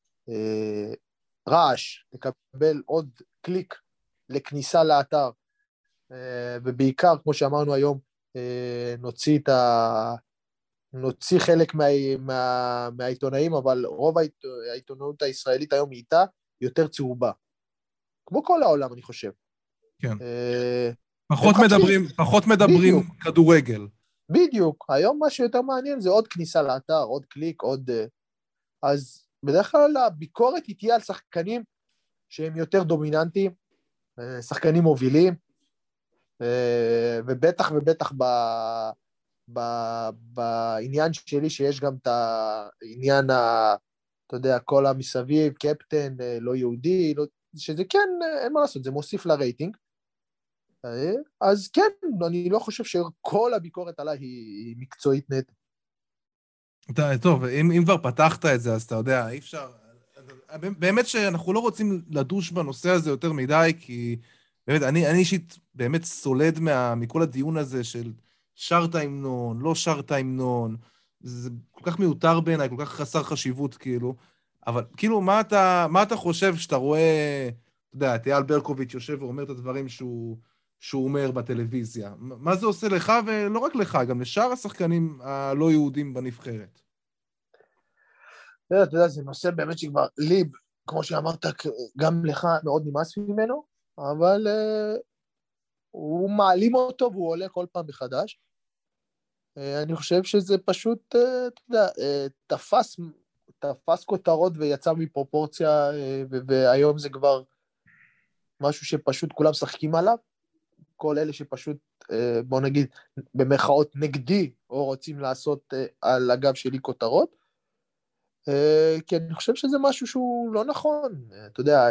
רעש, תקבל עוד קליק לכניסה לאתר, ובעיקר, כמו שאמרנו היום, נוציא חלק מהעיתונאים, אבל רוב העיתונאות הישראלית היום היא איתה יותר צהובה. כמו כל העולם, אני חושב. כן. פחות מדברים כדורגל. בדיוק. היום מה שיותר מעניין זה עוד כניסה לאתר, עוד קליק, עוד... אז בדרך כלל הביקורת היא תהיה על שחקנים שהם יותר דומיננטיים, שחקנים מובילים, ובטח בעניין שלי שיש גם את העניין, אתה יודע, כל המסביב, קפטן, לא יהודי, שזה כן, אין מה לעשות, זה מוסיף לרייטינג, אז כן, אני לא חושב שכל הביקורת עליי היא מקצועית נטו. טוב, אם כבר פתחת את זה, אז אתה יודע, אי אפשר... באמת שאנחנו לא רוצים לדוש בנושא הזה יותר מדי, כי באמת, אני אישית באמת סולד מכל הדיון הזה של שרת המנון, לא שרת המנון, זה כל כך מיותר בעיניי, כל כך חסר חשיבות, כאילו. אבל כאילו, מה אתה חושב שאתה רואה, אתה יודע, את אייל ברקוביץ' יושב ואומר את הדברים שהוא אומר בטלוויזיה? מה זה עושה לך, ולא רק לך, גם לשאר השחקנים הלא יהודים בנבחרת? אתה יודע, זה נושא באמת שכבר ליב, כמו שאמרת, גם לך מאוד נמאס ממנו, אבל הוא מעלים אותו והוא עולה כל פעם מחדש. אני חושב שזה פשוט, אתה יודע, תפס כותרות ויצא מפרופורציה, והיום זה כבר משהו שפשוט כולם שחקים עליו, כל אלה שפשוט, בוא נגיד, במחאות נגדי, או רוצים לעשות על הגב שלי כותרות, כי אני חושב שזה משהו שהוא לא נכון, אתה יודע,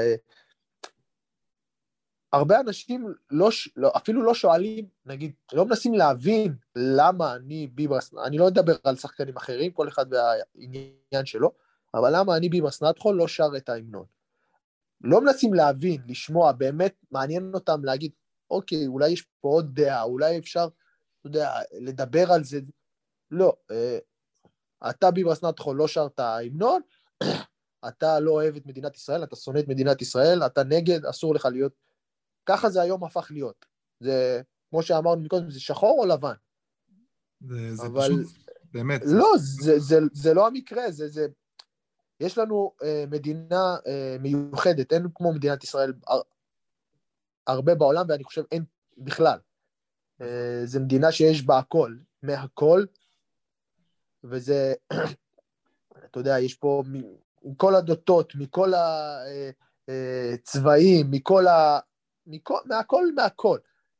הרבה אנשים אפילו לא שואלים, נגיד, לא מנסים להבין למה אני ביברס, אני לא אדבר על שחקנים אחרים, כל אחד והעניין שלו, אבל למה אני ביברס נתחו לא שר את ההמנון. לא מנסים להבין, לשמוע, באמת מעניין אותם להגיד, אוקיי, אולי יש פה עוד דעה, אולי אפשר, אתה יודע, לדבר על זה, לא, אתה ביברס נתחו לא שר את ההמנון, אתה לא אוהב את מדינת ישראל, אתה שונא את מדינת ישראל, אתה נגד, אסור לך להיות, ככה זה היום הפך להיות. זה, כמו שאמרנו מקודם, זה שחור או לבן? זה אבל... פשוט, באמת. לא, זה לא המקרה, יש לנו מדינה מיוחדת, אין כמו מדינת ישראל הרבה בעולם, ואני חושב אין בכלל. זה מדינה שיש בה הכל, מהכל, וזה, אתה יודע, יש פה מכל הדתות, מכל הצבעים, מהכל.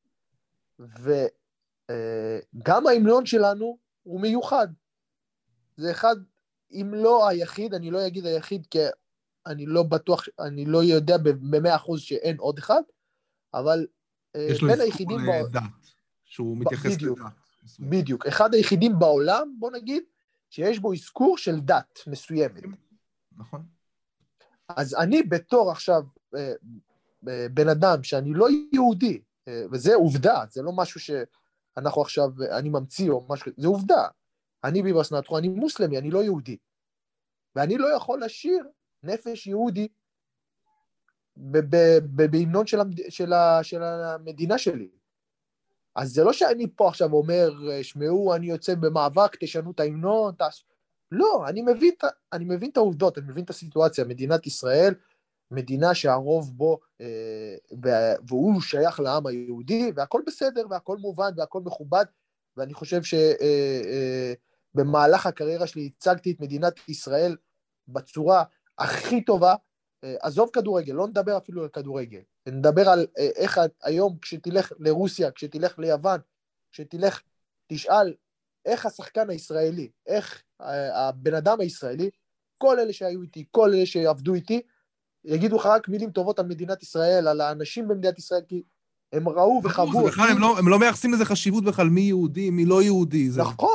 וגם ההמנון שלנו הוא מיוחד. זה אחד, אם לא היחיד, אני לא אגיד היחיד, כי אני לא בטוח, אני לא יודע ב100% שאין עוד אחד, אבל בין היחידים... יש לו איזכור לדת, שהוא מתייחס לדת. בדיוק. אחד היחידים בעולם, בוא נגיד, שיש בו אזכור של דת מסוימת. נכון. אז אני בתור עכשיו בן אדם שאני לא יהודי, וזה עובדה, זה לא משהו שאנחנו עכשיו, אני ממציא או משהו, זה עובדה. אני ביברס נתחו, אני מוסלמי, אני לא יהודי. ואני לא יכול לשיר נפש יהודי בהמנון של המדינה שלי. אז זה לא שאני פה עכשיו אומר, שמעו, אני יוצא במאבק, תשנו את ההמנון, לא, אני מבין את העובדות, אני מבין את הסיטואציה. מדינת ישראל, מדינה שהרוב בו, והוא שייך לעם היהודי, והכל בסדר, והכל מובן, והכל מכובד, ואני חושב שבמהלך הקריירה שלי הצגתי את מדינת ישראל בצורה הכי טובה. עזוב כדורגל, לא נדבר אפילו על כדורגל, נדבר על איך היום כשתלך לרוסיה, כשתלך ליוון, תשאל איך השחקן הישראלי, איך הבן אדם הישראלי, כל אלה שהיו איתי, כל אלה שעבדו איתי, יגידו לך רק מילים טובות על מדינת ישראל, על האנשים במדינת ישראל, כי הם ראו וחוו. הם לא מייחסים לזה חשיבות בכלל, מי יהודי, מי לא יהודי. נכון,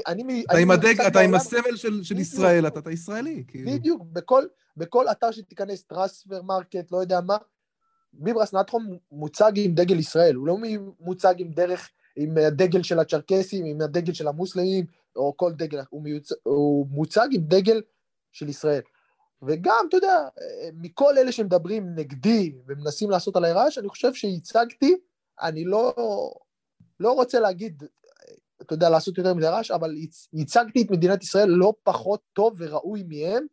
אתה עם הסמל של ישראל, אתה ישראלי. בדיוק, בכל אתר שתיכנס, טרנספר מרקט, לא יודע מה, ביברס נטחום מוצג עם דגל ישראל, הוא לא מוצג עם הדגל של הצ'רקסים, עם הדגל של המוסלמים, או כל דגל, הוא מוצג עם דגל של ישראל. וגם, אתה יודע, מכל אלה שמדברים נגדי ומנסים לעשות עליי רעש, אני חושב שהצגתי, אני לא רוצה להגיד, אתה יודע, לעשות יותר מדי רעש, אבל הצגתי את מדינת ישראל לא פחות טוב וראוי מהם,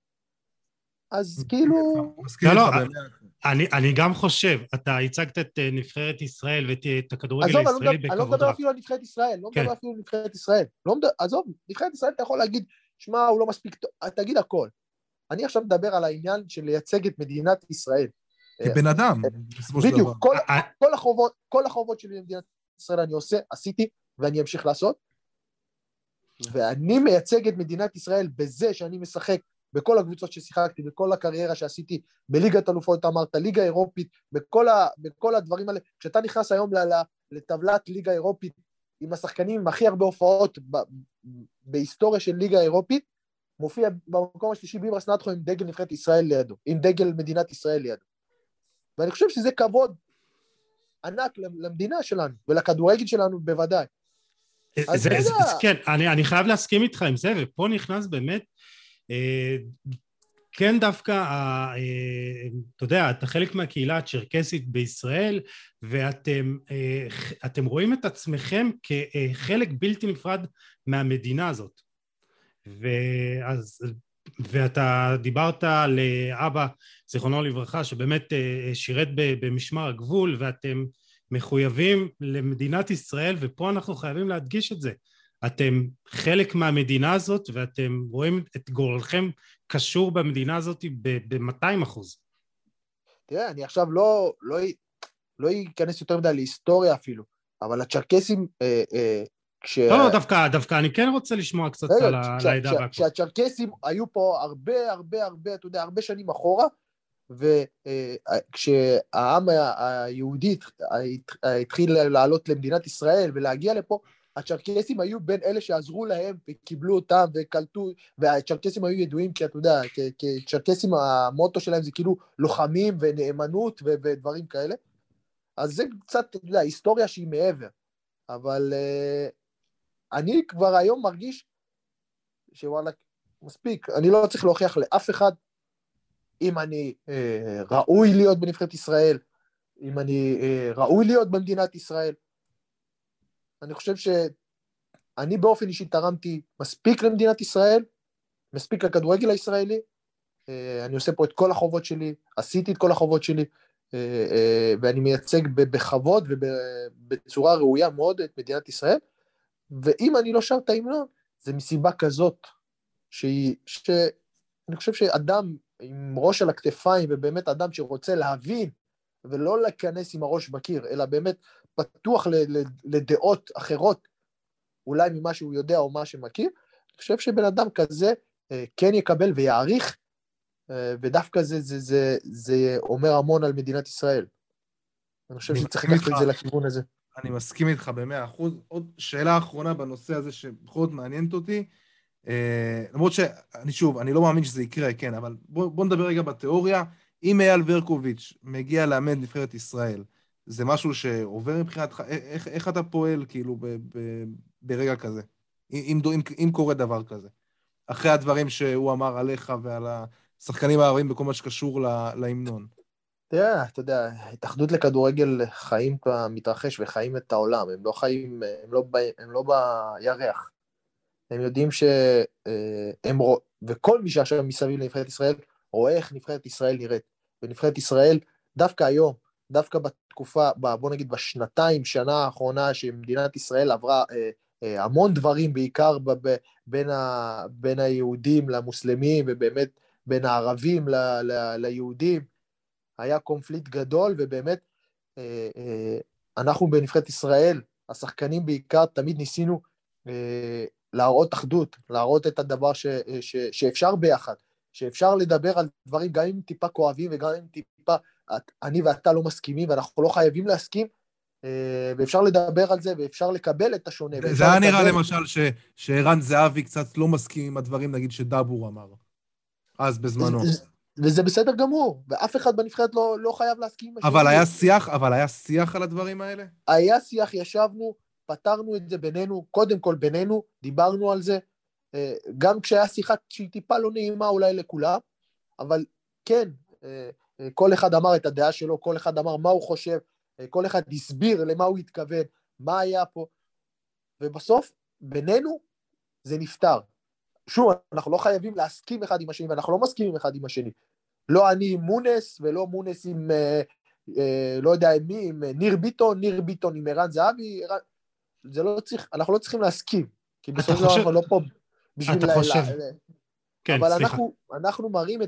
אז כאילו... אני גם חושב, אתה הצגת את נבחרת ישראל ואת הכדורגל הישראלי בכבוד רב. אני לא מדבר אפילו על נבחרת ישראל, עזוב, נבחרת ישראל אתה יכול להגיד, שמע, הוא לא מספיק טוב, תגיד הכל. אני עכשיו מדבר על העניין של לייצג את מדינת ישראל. כבן אדם, בדיוק, כל החובות שלי למדינת ישראל אני עשיתי, ואני אמשיך לעשות, ואני מייצג את מדינת ישראל בזה שאני משחק בכל הקבוצות ששיחקתי, בכל הקריירה שעשיתי, בליגת אלופות, אמרת, ליגה אירופית, בכל הדברים האלה, כשאתה נכנס היום לטבלת ליגה אירופית, עם השחקנים עם הכי הרבה הופעות בהיסטוריה של ליגה אירופית, מופיע במקום השלישי ביברס נטחום עם דגל נבחרת ישראל לידו, עם דגל מדינת ישראל לידו. ואני חושב שזה כבוד ענק למדינה שלנו, ולכדורגל שלנו בוודאי. כן, אני חייב להסכים איתך עם זה, ופה נכנס באמת, כן דווקא, אתה יודע, אתה חלק מהקהילה הצ'רקסית בישראל, ואתם רואים את עצמכם כחלק בלתי נפרד מהמדינה הזאת. ואתה דיברת לאבא, זיכרונו לברכה, שבאמת שירת במשמר הגבול, ואתם מחויבים למדינת ישראל, ופה אנחנו חייבים להדגיש את זה. אתם חלק מהמדינה הזאת, ואתם רואים את גורלכם קשור במדינה הזאת ב-200%. תראה, אני עכשיו לא אכנס יותר מדי להיסטוריה אפילו, אבל הצ'רקסים, לא, דווקא אני כן רוצה לשמוע קצת על העדה והכל. כשהצ'רקסים היו פה הרבה, אתה יודע, הרבה שנים אחורה, וכשהעם היהודי התחיל לעלות למדינת ישראל ולהגיע לפה, הצ'רקסים היו בין אלה שעזרו להם וקיבלו אותם וקלטו, והצ'רקסים היו ידועים כי אתה יודע, כצ'רקסים המוטו שלהם זה כאילו לוחמים ונאמנות ודברים כאלה, אז זה קצת, אתה יודע, היסטוריה שהיא מעבר, אבל אני כבר היום מרגיש שוואלה, מספיק, אני לא צריך להוכיח לאף אחד אם אני ראוי להיות בנבחרת ישראל, אם אני ראוי להיות במדינת ישראל. אני חושב שאני באופן אישי תרמתי מספיק למדינת ישראל, מספיק לכדורגל הישראלי, אני עושה פה את כל החובות שלי, עשיתי את כל החובות שלי, ואני מייצג בכבוד ובצורה ראויה מאוד את מדינת ישראל, ואם אני לא שר את ההמנון, זה מסיבה כזאת, שאני חושב שאדם עם ראש על הכתפיים, ובאמת אדם שרוצה להבין, ולא להיכנס עם הראש בקיר, אלא באמת פתוח לדעות אחרות, אולי ממה שהוא יודע או מה שמכיר, אני חושב שבן אדם כזה כן יקבל ויעריך, ודווקא זה אומר המון על מדינת ישראל. אני חושב שצריך לקחת את זה לכיוון הזה. אני מסכים איתך ב100%. עוד שאלה אחרונה בנושא הזה שבכל זאת מעניינת אותי, למרות אני לא מאמין שזה יקרה, כן, אבל בוא נדבר רגע בתיאוריה. אם אייל ברקוביץ' מגיע לאמן נבחרת ישראל, זה משהו שעובר מבחינתך, איך אתה פועל כאילו ברגע כזה, אם קורה דבר כזה, אחרי הדברים שהוא אמר עליך ועל השחקנים הערבים בכל מה שקשור להמנון? תראה, אתה יודע, התאחדות לכדורגל חיים מתרחש וחיים את העולם, הם לא בירח. הם יודעים וכל מי שעכשיו מסביב לנבחרת ישראל, רואה איך נבחרת ישראל נראית. ונבחרת ישראל, דווקא היום, דווקא בתקופה, בוא נגיד בשנתיים, שנה האחרונה, שמדינת ישראל עברה המון דברים, בעיקר בין היהודים למוסלמים, ובאמת בין הערבים ליהודים, היה קונפליקט גדול, ובאמת אנחנו בנבחרת ישראל, השחקנים בעיקר, תמיד ניסינו להראות אחדות, להראות את הדבר שאפשר ביחד, שאפשר לדבר על דברים גם אם טיפה כואבים, וגם אם טיפה אני ואתה לא מסכימים, ואנחנו לא חייבים להסכים, ואפשר לדבר על זה, ואפשר לקבל את השונה. זה היה נראה למשל שערן זהבי קצת לא מסכים עם הדברים, נגיד שדבור אמר, אז בזמנו. וזה בסדר גמור, ואף אחד בנבחרת לא חייב להסכים. אבל היה שיח על הדברים האלה? היה שיח, ישבנו, פתרנו את זה בינינו, קודם כל בינינו, דיברנו על זה, גם כשהיה שיחה שהיא טיפה לא נעימה אולי לכולם, אבל כן, כל אחד אמר את הדעה שלו, כל אחד אמר מה הוא חושב, כל אחד הסביר למה הוא התכוון, מה היה פה, ובסוף בינינו זה נפתר. שוב, אנחנו לא חייבים להסכים אחד עם השני, ואנחנו לא מסכימים אחד עם השני. לא אני עם מונס, ולא מונס עם, לא יודע עם מי, עם ניר ביטון עם ערן זהבי, זה לא צריך, אנחנו לא צריכים להסכים, כי בסוף אנחנו לא פה בשביל כן, אבל אנחנו מראים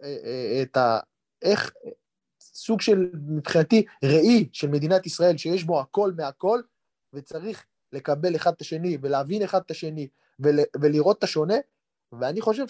איך סוג של, מבחינתי, ראי של מדינת ישראל, שיש בו הכל מהכל, וצריך לקבל אחד את השני, ולהבין אחד את השני, ולראות את השונה, ואני חושב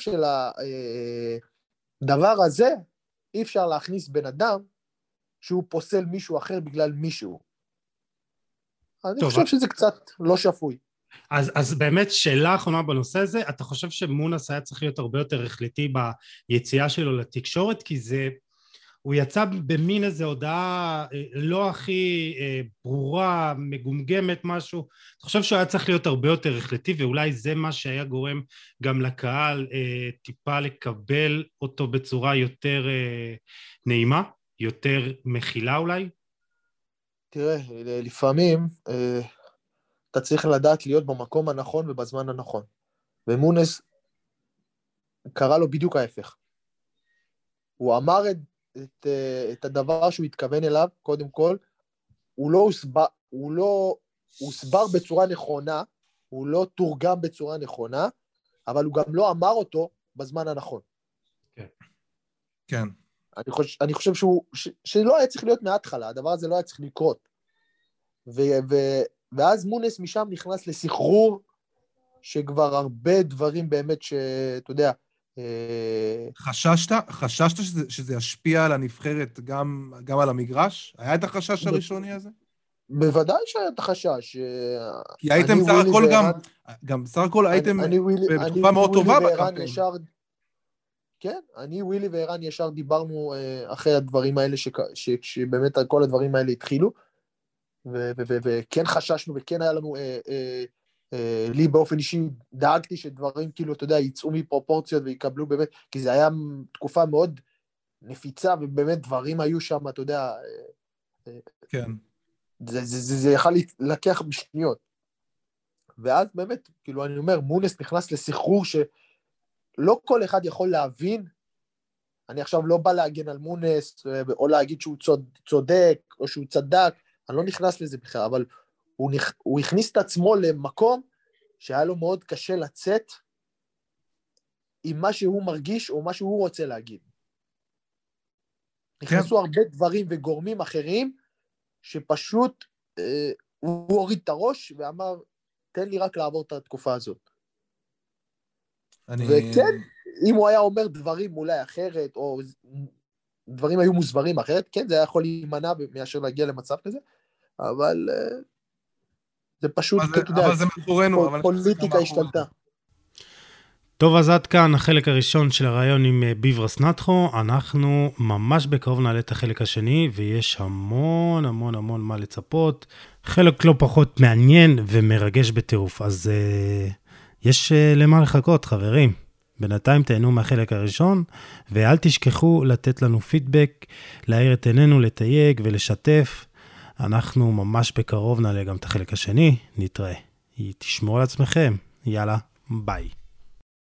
שלדבר הזה, אי אפשר להכניס בן אדם, שהוא פוסל מישהו אחר בגלל מישהו. אני חושב שזה קצת לא שפוי. אז באמת שאלה אחרונה בנושא הזה, אתה חושב שמונס היה צריך להיות הרבה יותר החלטי ביציאה שלו לתקשורת, כי הוא יצא במין איזו הודעה לא הכי ברורה, מגומגמת משהו, אתה חושב שהוא היה צריך להיות הרבה יותר החלטי, ואולי זה מה שהיה גורם גם לקהל טיפה לקבל אותו בצורה יותר נעימה, יותר מכילה אולי? תראה, לפעמים אתה צריך לדעת להיות במקום הנכון ובזמן הנכון, ומונס קרא לו בדיוק ההפך. הוא אמר את הדבר שהוא התכוון אליו, קודם כל, הוא לא הוסבר בצורה נכונה, הוא לא תורגם בצורה נכונה, אבל הוא גם לא אמר אותו בזמן הנכון. כן. כן. אני חושב שלא היה צריך להיות מההתחלה, הדבר הזה לא היה צריך לקרות. ואז מונס משם נכנס לסחרור, שכבר הרבה דברים באמת שאתה יודע, חששת שזה ישפיע על הנבחרת גם על המגרש? היה את החשש הראשוני הזה? בוודאי שהיה את החשש. כי הייתם סך הכל גם סך הכל הייתם בתקופה מאוד טובה בקמפיין. כן, אני, ווילי וערן ישר דיברנו אחרי הדברים האלה, שבאמת כל הדברים האלה התחילו, וכן חששנו וכן היה לנו לי באופן אישי דאגתי שדברים כאילו, אתה יודע, יצאו מפרופורציות ויקבלו באמת, כי זה היה תקופה מאוד נפיצה, ובאמת דברים היו שם, אתה יודע, כן. זה יכל לקח בשניות. ואז באמת, כאילו אני אומר, מונס נכנס לסחרור שלא כל אחד יכול להבין, אני עכשיו לא בא להגן על מונס, או להגיד שהוא צודק, או שהוא צדק, אני לא נכנס לזה בכלל, אבל הוא הכניס את עצמו למקום שהיה לו מאוד קשה לצאת עם מה שהוא מרגיש או מה שהוא רוצה להגיד. נכנסו הרבה דברים וגורמים אחרים שפשוט הוא הוריד את הראש ואמר, תן לי רק לעבור את התקופה הזאת. וכן, אם הוא היה אומר דברים אולי אחרת, או דברים היו מוסברים אחרת, כן, זה היה יכול להימנע מאשר להגיע למצב כזה, אבל זה פשוט, אתה יודע, פוליטיקה השתלטה. טוב, אז עד כאן החלק הראשון של הרעיון עם ביברס נטחו, אנחנו ממש בקרוב נעלה את החלק השני, ויש המון המון המון מה לצפות, חלק לא פחות מעניין ומרגש בטירוף, אז יש למה לחכות חברים, בינתיים תהנו מהחלק הראשון, ואל תשכחו לתת לנו פידבק, להאיר את עינינו, לתייג ולשתף, אנחנו ממש בקרוב נעלה גם את החלק השני, נתראה, תשמעו על עצמכם, יאללה. ביי.